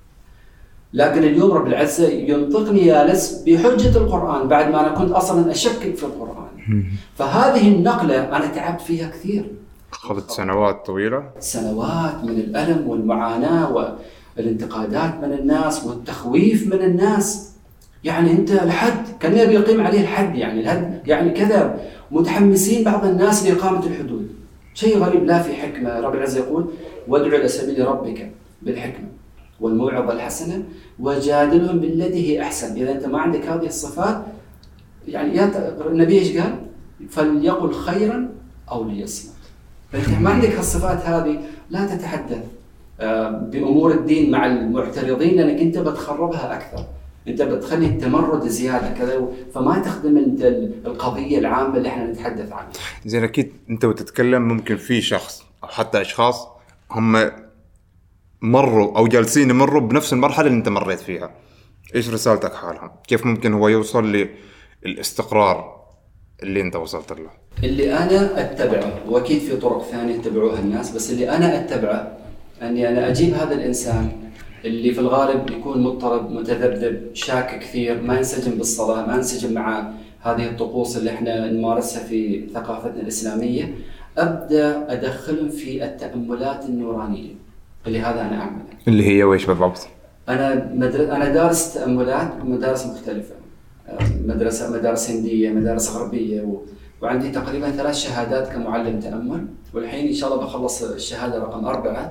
لكن اليوم رب العزة ينطقني جالس بحجة القرآن بعد ما أنا كنت أصلاً أشكك في القرآن. فهذه النقلة أنا تعبت فيها كثير، أخذت سنوات طويلة، سنوات من الألم والمعاناة والانتقادات من الناس والتخويف من الناس. يعني أنت الحد كان يبي يقيم عليه الحد، يعني الحد يعني كذا، متحمسين بعض الناس لإقامة الحدود. شيء غريب، لا في حكمة. رب العزة يقول وادعو إلى سبيل ربك بالحكمة والموعظة الحسنة وجادلهم بالتي هي أحسن. إذا أنت ما عندك هذه الصفات، يعني يا النبي إيش قال؟ فليقل خيرا أو ليصمت. فأنت ما عندك هالصفات هذه، لا تتحدث بأمور الدين مع المعترضين، لأنك أنت بتخربها أكثر، أنت بتخلي التمرد زيادة كذا، فما تخدم أنت القضية العامة اللي إحنا نتحدث عنها. زين، أكيد أنت وتتكلم ممكن في شخص أو حتى أشخاص هم مروا أو جالسين يمروا بنفس المرحلة اللي أنت مريت فيها. إيش رسالتك حالهم؟ كيف ممكن هو يوصل للاستقرار اللي أنت وصلت له؟ اللي أنا أتبعه، وأكيد في طرق ثانية يتبعوها الناس، بس اللي أنا أتبعه أني أنا أجيب هذا الإنسان اللي في الغالب يكون مضطرب متذبذب شاك كثير، ما ينسجم بالصلاة، ما ينسجم مع هذه الطقوس اللي احنا نمارسها في ثقافتنا الإسلامية. أبدأ أدخلهم في التأملات النورانية اللي هذا أنا أعمله. اللي هي وإيش بالضبط؟ أنا مدر... أنا دارس تأملات مدارس مختلفة، مدرسة مدارس هندية، مدارس غربية، و... وعندي تقريبا ثلاث شهادات كمعلم تأمل، والحين إن شاء الله بخلص الشهادة رقم أربعة،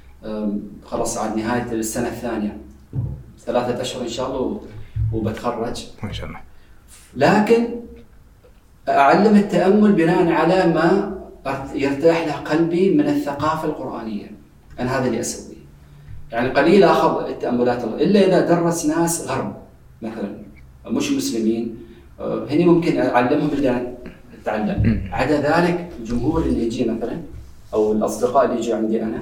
خلص على نهاية السنة الثانية، ثلاثة أشهر إن شاء الله وبتخرج ما شاء الله. لكن أعلم التأمل بناء على ما يرتاح له قلبي من الثقافة القرآنية. أنا هذا اللي أسويه، يعني قليل أخذ التأملات إلا إذا درس ناس غرب مثلا مش مسلمين، هني ممكن أعلمهم اللي أنا أتعلم. عدا ذلك الجمهور اللي يجي مثلا أو الأصدقاء اللي يجوا عندي أنا،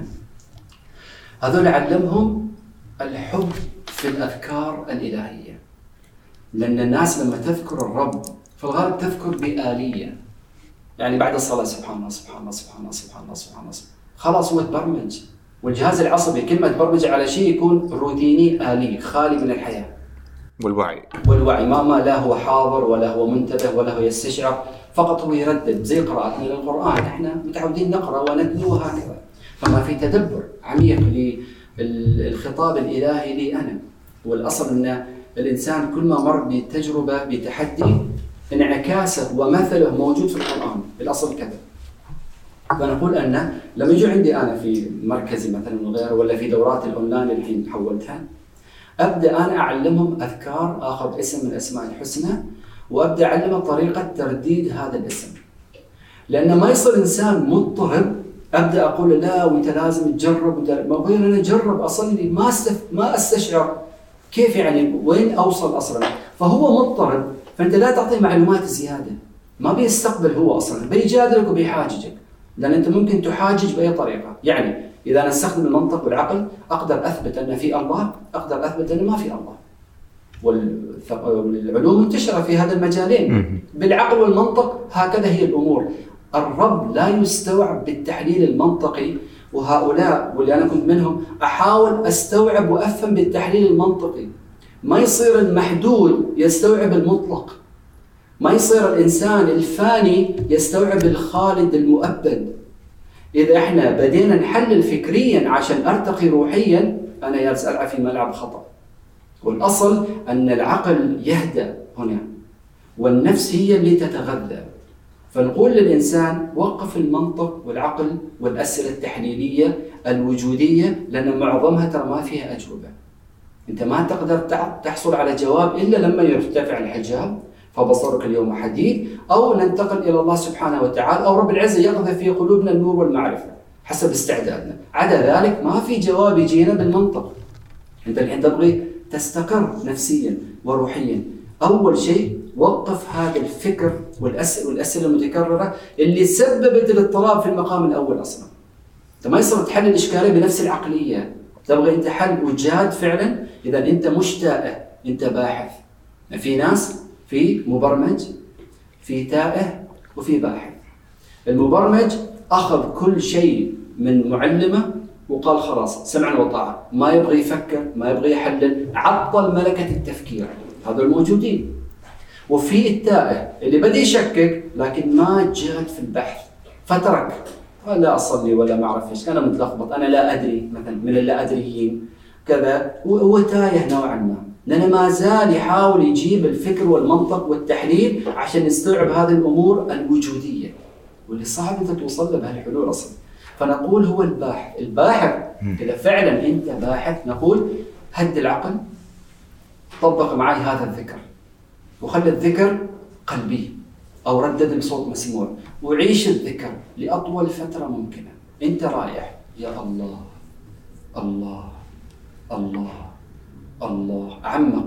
هذول أعلمهم الحب في الأذكار الإلهية، لأن الناس لما تذكر الرب في الغالب تذكر بآلية، يعني بعد الصلاة سبحان الله سبحان الله سبحان الله سبحان الله سبحان الله خلاص هو تبرمج، والجهاز العصبي كل ما تبرمج على شيء يكون روتيني آلي خالي من الحياة والوعي والوعي ما ما لا هو حاضر ولا هو منتبه ولا هو يستشعر، فقط هو يردد زي قراءتنا للقرآن، احنا متعودين نقرأ ونتلو هكذا، فما في تدبر عميق للخطاب الإلهي لي أنا. والأصل أن الإنسان كل ما مر بتجربة بتحدي انعكاسه ومثله موجود في القرآن، الأصل كذا. فنقول أن لما يجوا عندي أنا في مركزي مثلا وغيره ولا في دورات الأونلاين اللي الحين حولتها، أبدأ أنا أعلمهم أذكار، آخذ اسم من أسماء الحسنى وأبدأ أعلمهم طريقة ترديد هذا الاسم. لأن ما يصير إنسان مضطرب أبدأ أقول لا وأنت لازم تجرب، ما أقول أنا أجرب أصلي ما استف... ما أستشعر كيف يعني وين أوصل أصلا. فهو مضطرب، فأنت لا تعطيه معلومات زيادة، ما بيستقبل هو أصلا، بيجادلك وبيحاججك، لأن أنت ممكن تحاجج بأي طريقة. يعني إذا أنا استخدم المنطق والعقل أقدر أثبت أن في الله، أقدر أثبت أن ما في الله. والعلوم منتشرة في هذا المجالين، بالعقل والمنطق هكذا هي الأمور. الرب لا يستوعب بالتحليل المنطقي، وهؤلاء واللي أنا كنت منهم أحاول أستوعب وأفهم بالتحليل المنطقي. ما يصير المحدود يستوعب المطلق، ما يصير الإنسان الفاني يستوعب الخالد المؤبد. إذا إحنا بدينا نحلل فكريا عشان أرتقي روحيا، أنا جالس ألعب في ملعب خطأ. والأصل أن العقل يهدأ هنا والنفس هي اللي تتغذى. فنقول للإنسان وقف المنطق والعقل والأسئلة التحليلية الوجودية، لأن معظمها ترى ما فيها أجوبة. أنت ما تقدر تحصل على جواب إلا لما يرتفع الحجاب فبصرك اليوم حديد، أو ننتقل إلى الله سبحانه وتعالى، أو رب العزة يقذف في قلوبنا النور والمعرفة حسب استعدادنا. عدا ذلك ما في جواب يجينا بالمنطق. أنت الحين تبغي تستقر نفسيا وروحيا، أول شيء وقف هذا الفكر والأسئلة, والأسئلة المتكررة اللي سببت الاضطراب في المقام الأول أصلا. أنت ما يصير تحل الإشكالية بنفس العقلية، تبغى أنت حل وجاد فعلا. إذا أنت مش تائه، أنت باحث. في ناس في مبرمج، في تائه، وفي باحث. المبرمج أخذ كل شيء من معلمه وقال خلاص سمعا وطاعة، ما يبغي يفكر، ما يبغي يحلل، عطل ملكة التفكير. هذا الموجودين. وفي التائه اللي بدي يشكك لكن ما جاد في البحث فترك، لا أصلي ولا ما أعرف إيش، أنا متلخبط، أنا لا أدري، مثلا من اللا أدريين كذا، وهو تايه نوعا ما، لأنه ما زال يحاول يجيب الفكر والمنطق والتحليل عشان يستوعب هذه الأمور الوجودية واللي صعب أنت توصل له بهالحلول أصلا. فنقول هو الباحث. الباحث إذا فعلا أنت باحث، نقول هد العقل، طبق معي هذا الذكر، وخلي الذكر قلبي أو ردد بصوت مسموع، وعيش الذكر لأطول فترة ممكنة. أنت رايح يا الله الله الله الله، عمق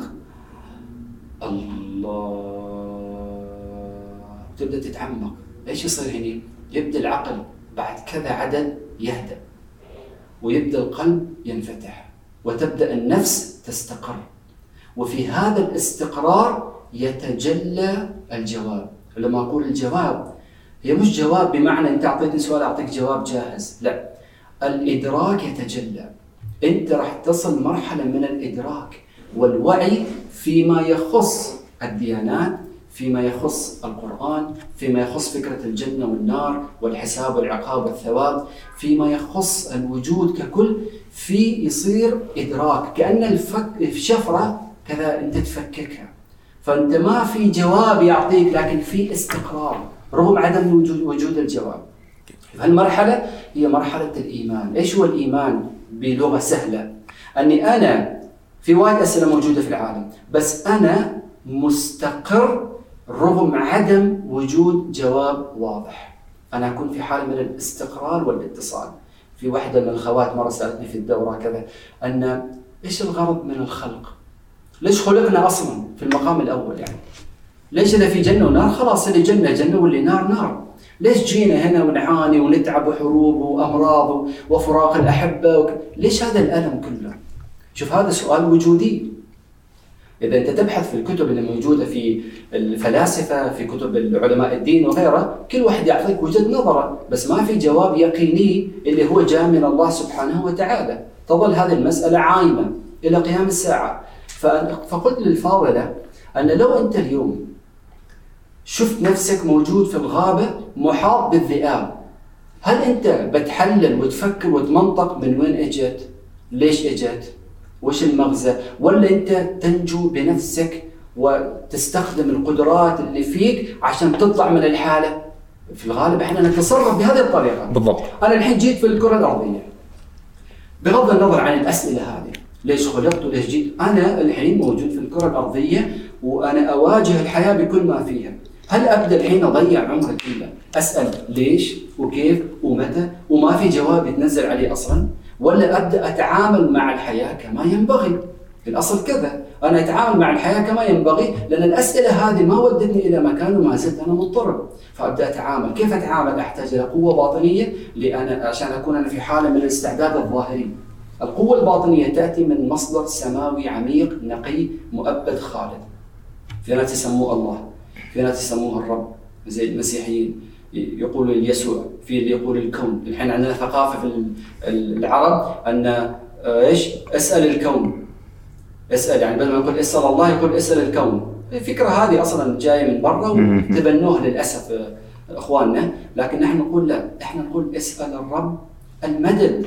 الله، تبدأ تتعمق. إيش يصير هنا؟ يبدأ العقل بعد كذا عدد يهدأ، ويبدأ القلب ينفتح، وتبدأ النفس تستقر، وفي هذا الاستقرار يتجلى الجواب. لما أقول الجواب هي مش جواب بمعنى أنت أعطيتني سؤال أعطيك جواب جاهز، لا، الإدراك يتجلى. أنت راح تصل مرحلة من الإدراك والوعي فيما يخص الديانات، فيما يخص القرآن، فيما يخص فكرة الجنة والنار والحساب والعقاب والثواب، فيما يخص الوجود ككل، في يصير إدراك كأن الفك الشفرة كذا أنت تفككها. فأنت ما في جواب يعطيك، لكن في استقرار رغم عدم وجود وجود الجواب. هالمرحلة هي مرحلة الإيمان. إيش هو الإيمان بلغة سهلة؟ أني أنا في وايد أسئلة موجودة في العالم، بس أنا مستقر رغم عدم وجود جواب واضح. أنا أكون في حالة من الاستقرار والاتصال. في واحدة من الأخوات مرة سألتني في الدورة كذا أن إيش الغرض من الخلق؟ ليش خلقنا أصلا في المقام الأول؟ يعني ليش إذا في جنة ونار خلاص اللي جنة جنة واللي نار نار؟ ليش جينا هنا ونعاني ونتعب وحروب وأمراض وفراق الأحبة وك... ليش هذا الألم كله؟ شوف هذا سؤال وجودي. إذا أنت تبحث في الكتب اللي موجودة في الفلاسفة، في كتب العلماء الدين وغيره، كل واحد يعطيك وجهة نظره، بس ما في جواب يقيني اللي هو جاء من الله سبحانه وتعالى. تظل هذه المسألة عايمة إلى قيام الساعة. فقلت للفاضلة أن لو أنت اليوم شفت نفسك موجود في الغابة محاط بالذئاب، هل أنت بتحلل وتفكر وتمنطق من وين إجت؟ ليش إجت؟ وش المغزى؟ ولا أنت تنجو بنفسك وتستخدم القدرات اللي فيك عشان تطلع من الحالة؟ في الغالب احنا نتصرف بهذه الطريقة. بالضبط. أنا الحين جيت في الكرة الأرضية، بغض النظر عن الأسئلة هذه، ليش خلقت وليش جيت، أنا الحين موجود في الكرة الأرضية وأنا أواجه الحياة بكل ما فيها. هل أبدأ الحين أضيع عمري كله أسأل ليش وكيف ومتى وما في جواب يتنزل عليه أصلا؟ ولا أبدأ أتعامل مع الحياة كما ينبغي؟ في الأصل كذا، أنا أتعامل مع الحياة كما ينبغي لأن الأسئلة هذه ما ودتني إلى مكان وما زلت أنا مضطرب، فأبدأ أتعامل. كيف أتعامل؟ أحتاج إلى قوة باطنية لأنا عشان أكون أنا في حالة من الاستعداد الظاهري. القوة الباطنية تأتي من مصدر سماوي عميق نقي مؤبد خالد. في ناس يسموه الله، في ناس يسموه الرب زي المسيحيين يقولوا يسوع، في اللي يقول الكون. الحين عندنا ثقافة في العرب أن إيش؟ اسأل الكون، اسأل، يعني بدل ما يقول اسأل الله يقول اسأل الكون. الفكرة هذه أصلا جاية من برا وتبنوها للأسف إخواننا، لكن نحن نقول لا، إحنا نقول اسأل الرب المدد،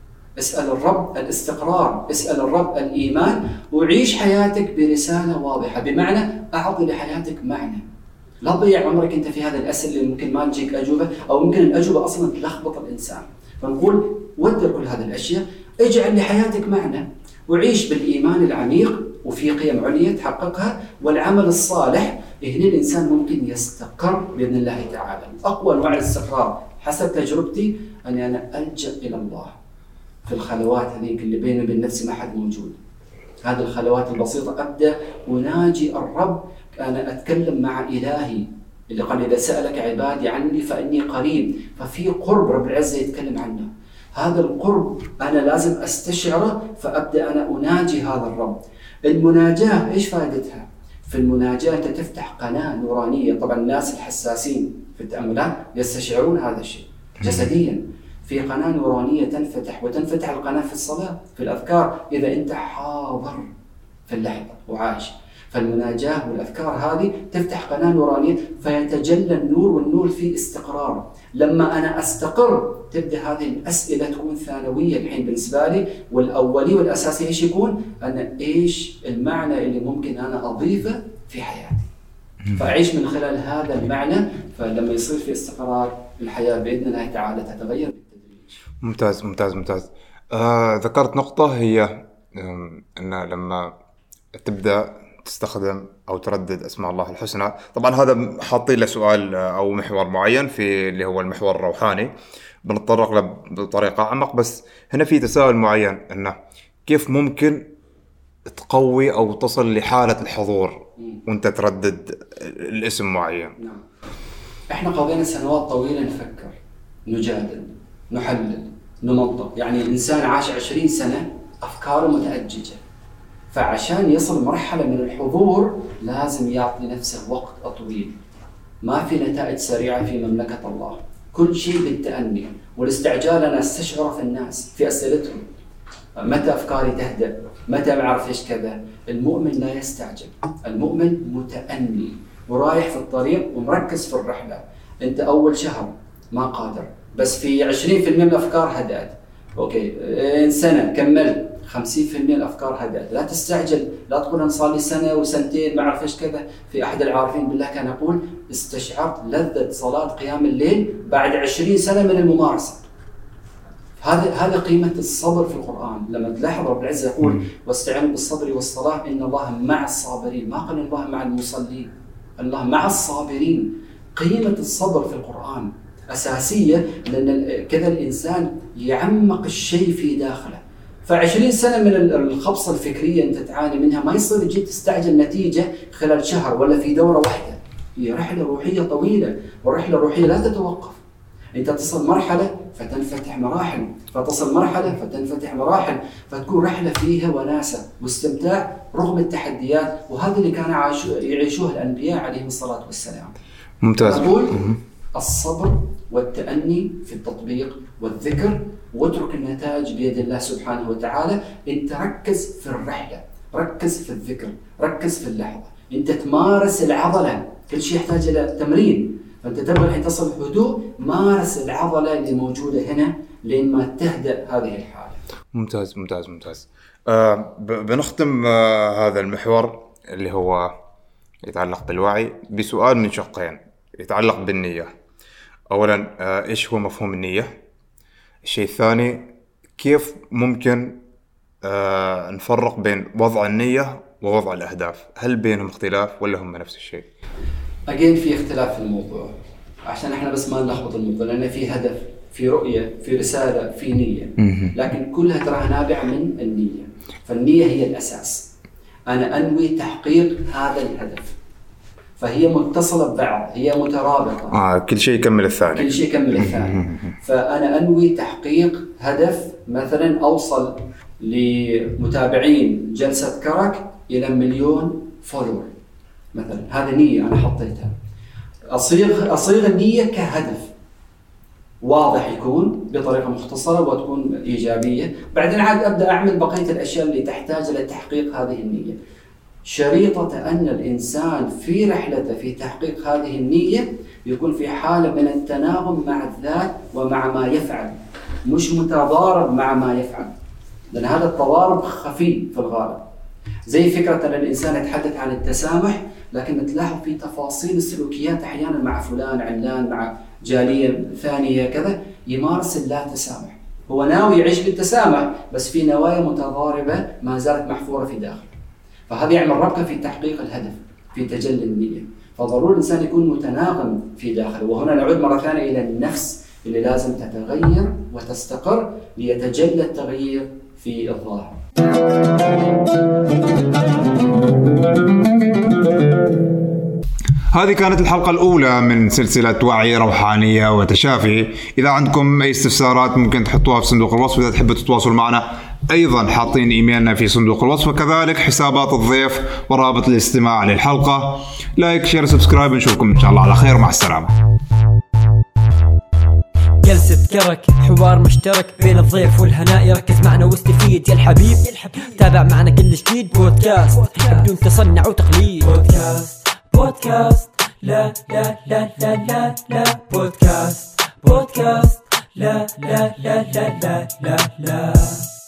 اسأل الرب الاستقرار، اسأل الرب الإيمان، وعيش حياتك برسالة واضحة. بمعنى أعطي لحياتك معنى. لا تضيع عمرك أنت في هذه الأسئلة اللي ممكن ما تجيك أجوبة، أو ممكن الأجوبة أصلا تلخبط الإنسان. فنقول ودر كل هذه الأشياء، اجعل لحياتك معنى، وعيش بالإيمان العميق وفي قيم عليا تحققها، والعمل الصالح. هنا الإنسان ممكن يستقر بإذن الله تعالى. أقوى أنواع الاستقرار حسب تجربتي أني أنا ألجأ إلى الله في الخلوات هذيك اللي بيني وبين نفسي ما حد موجود. هذه الخلوات البسيطة أبدأ أناجي الرب، أنا أتكلم مع إلهي اللي قال إذا سألك عبادي عني فإني قريب. ففي قرب رب العزة يتكلم عنه، هذا القرب أنا لازم أستشعره، فأبدأ أنا أناجي هذا الرب. المناجاة إيش فائدتها؟ في المناجاة أنت تفتح قناة نورانية. طبعا الناس الحساسين في التأملات يستشعرون هذا الشيء جسديا، في قناة نورانية تنفتح، وتنفتح القناة في الصلاة في الأذكار إذا أنت حاضر في اللحظة وعايش. فالمناجاة والأذكار هذه تفتح قناة نورانية فيتجلى النور، والنور فيه استقرار. لما أنا أستقر تبدأ هذه الأسئلة تكون ثانوية الحين بالنسبة لي، والأولي والأساسي إيش يكون؟ أنا إيش المعنى اللي ممكن أنا أضيفه في حياتي، فأعيش من خلال هذا المعنى. فلما يصير في استقرار الحياة بإذن الله تعالى تتغير بالتدريج. ممتاز ممتاز ممتاز. آه ذكرت نقطة هي أن لما تبدأ تستخدم أو تردد أسماء الله الحسنى، طبعا هذا حاطين له سؤال أو محور معين في اللي هو المحور الروحاني، بنتطرق له بطريقة أعمق، بس هنا في تساؤل معين أنه كيف ممكن تقوي أو تصل لحالة الحضور وأنت تردد الاسم معين. نعم. إحنا قضينا سنوات طويلة نفكر، نجادل، نحلل، نمنطق. يعني الإنسان عاش عشرين سنة أفكاره متأججة، فعشان يصل مرحلة من الحضور لازم يعطي نفسه وقت طويل. ما في نتائج سريعة في مملكة الله، كل شيء بالتأني والاستعجال. أنا استشعر في الناس في أسئلتهم متى أفكاري تهدأ، متى بعرف إيش كذا. المؤمن لا يستعجل، المؤمن متأني ورايح في الطريق ومركز في الرحلة. أنت أول شهر ما قادر، بس في عشرين بالمئة من الأفكار هدأت. أوكي، إن سنة كملت خمسين بالمئة الأفكار هدأت. لا تستعجل، لا تقول أنا صار لي سنة وسنتين ما أعرف إيش كذا. في أحد العارفين بالله كان يقول استشعرت لذة صلاة قيام الليل بعد عشرين سنة من الممارسة. هذا هذا قيمة الصبر في القرآن. لما تلاحظ رب العزة يقول واستعينوا بالصبر والصلاة إن الله مع الصابرين، ما قال الله مع المصلين، الله مع الصابرين. قيمة الصبر في القرآن أساسية، لأن كذا الإنسان يعمق الشيء في داخله. فعشرين سنة من الخبصة الفكرية أنت تعاني منها، ما يصير تجي تستعجل نتيجة خلال شهر ولا في دورة واحدة. هي رحلة روحية طويلة، والرحلة الروحية لا تتوقف. أنت تصل مرحلة فتنفتح مراحل، فتصل مرحلة فتنفتح مراحل، فتكون رحلة فيها وناسة واستمتاع رغم التحديات. وهذا اللي كان يعيشوه الأنبياء عليهم الصلاة والسلام. ممتاز. أقول الصبر والتأني في التطبيق والذكر، واترك النتائج بيد الله سبحانه وتعالى. انت ركز في الرحلة، ركز في الذكر، ركز في اللحظة. انت تمارس العضلة، كل شيء يحتاج الى تمرين. فانت تبغى الحين تصل هدوء، مارس العضلة اللي موجودة هنا لين ما تهدأ هذه الحالة. ممتاز ممتاز ممتاز. آه بنختم آه هذا المحور اللي هو يتعلق بالوعي بسؤال من شقين يتعلق بالنية. أولا آه إيش هو مفهوم النية؟ الشيء الثاني كيف ممكن آه نفرق بين وضع النية ووضع الأهداف؟ هل بينهم اختلاف ولا هم نفس الشيء؟ أجين في اختلاف في الموضوع عشان احنا بس ما نلخبط الموضوع، لأن في هدف، في رؤية، في رسالة، في نية، لكن كلها تراها نابعة من النية. فالنية هي الأساس، أنا أنوي تحقيق هذا الهدف، فهي متصلة ببعض، هي مترابطة. آه كل شيء يكمل الثاني. كل شيء يكمل الثاني. فأنا أنوي تحقيق هدف، مثلا أوصل لمتابعين جلسة كرك إلى مليون فولور مثلا، هذا نية أنا حطيتها. أصيغ أصيغ النية كهدف واضح يكون بطريقة مختصرة وتكون إيجابية، بعدين عاد أبدأ أعمل بقية الأشياء اللي تحتاج لتحقيق هذه النية. شريطة أن الإنسان في رحلته في تحقيق هذه النية يكون في حالة من التناغم مع الذات ومع ما يفعل، مش متضارب مع ما يفعل، لأن هذا التضارب خفي في الغالب. زي فكرة أن الإنسان يتحدث عن التسامح، لكن تلاحظ في تفاصيل السلوكيات أحيانا مع فلان علان مع جالية ثانية كذا يمارس اللا تسامح، هو ناوي يعيش بالتسامح بس في نوايا متضاربة ما زالت محفورة في داخل، فهذا يعمل ربكة في تحقيق الهدف في تجلي النية. فضروري الإنسان يكون متناغم في داخله، وهنا نعود مرة ثانية إلى النفس اللي لازم تتغير وتستقر ليتجلى التغيير في الظاهر. هذه كانت الحلقة الأولى من سلسلة وعي روحانية وتشافي. إذا عندكم أي استفسارات ممكن تحطوها في صندوق الوصف. إذا تحبوا تتواصلوا معنا أيضا حاطين إيميلنا في صندوق الوصف، وكذلك حسابات الضيف ورابط الاستماع للحلقة. لايك شير سبسكرايب، نشوفكم إن شاء الله على خير، مع السلامة. جلسة كرك حوار مشترك بين الضيف والهناء، ركز معنا واستفيد يا الحبيب. تابع معنا كل جديد بودكاست بدون تصنع وتقليد. بودكاست بودكاست لا لا لا لا لا لا بودكاست بودكاست لا لا لا لا لا لا لا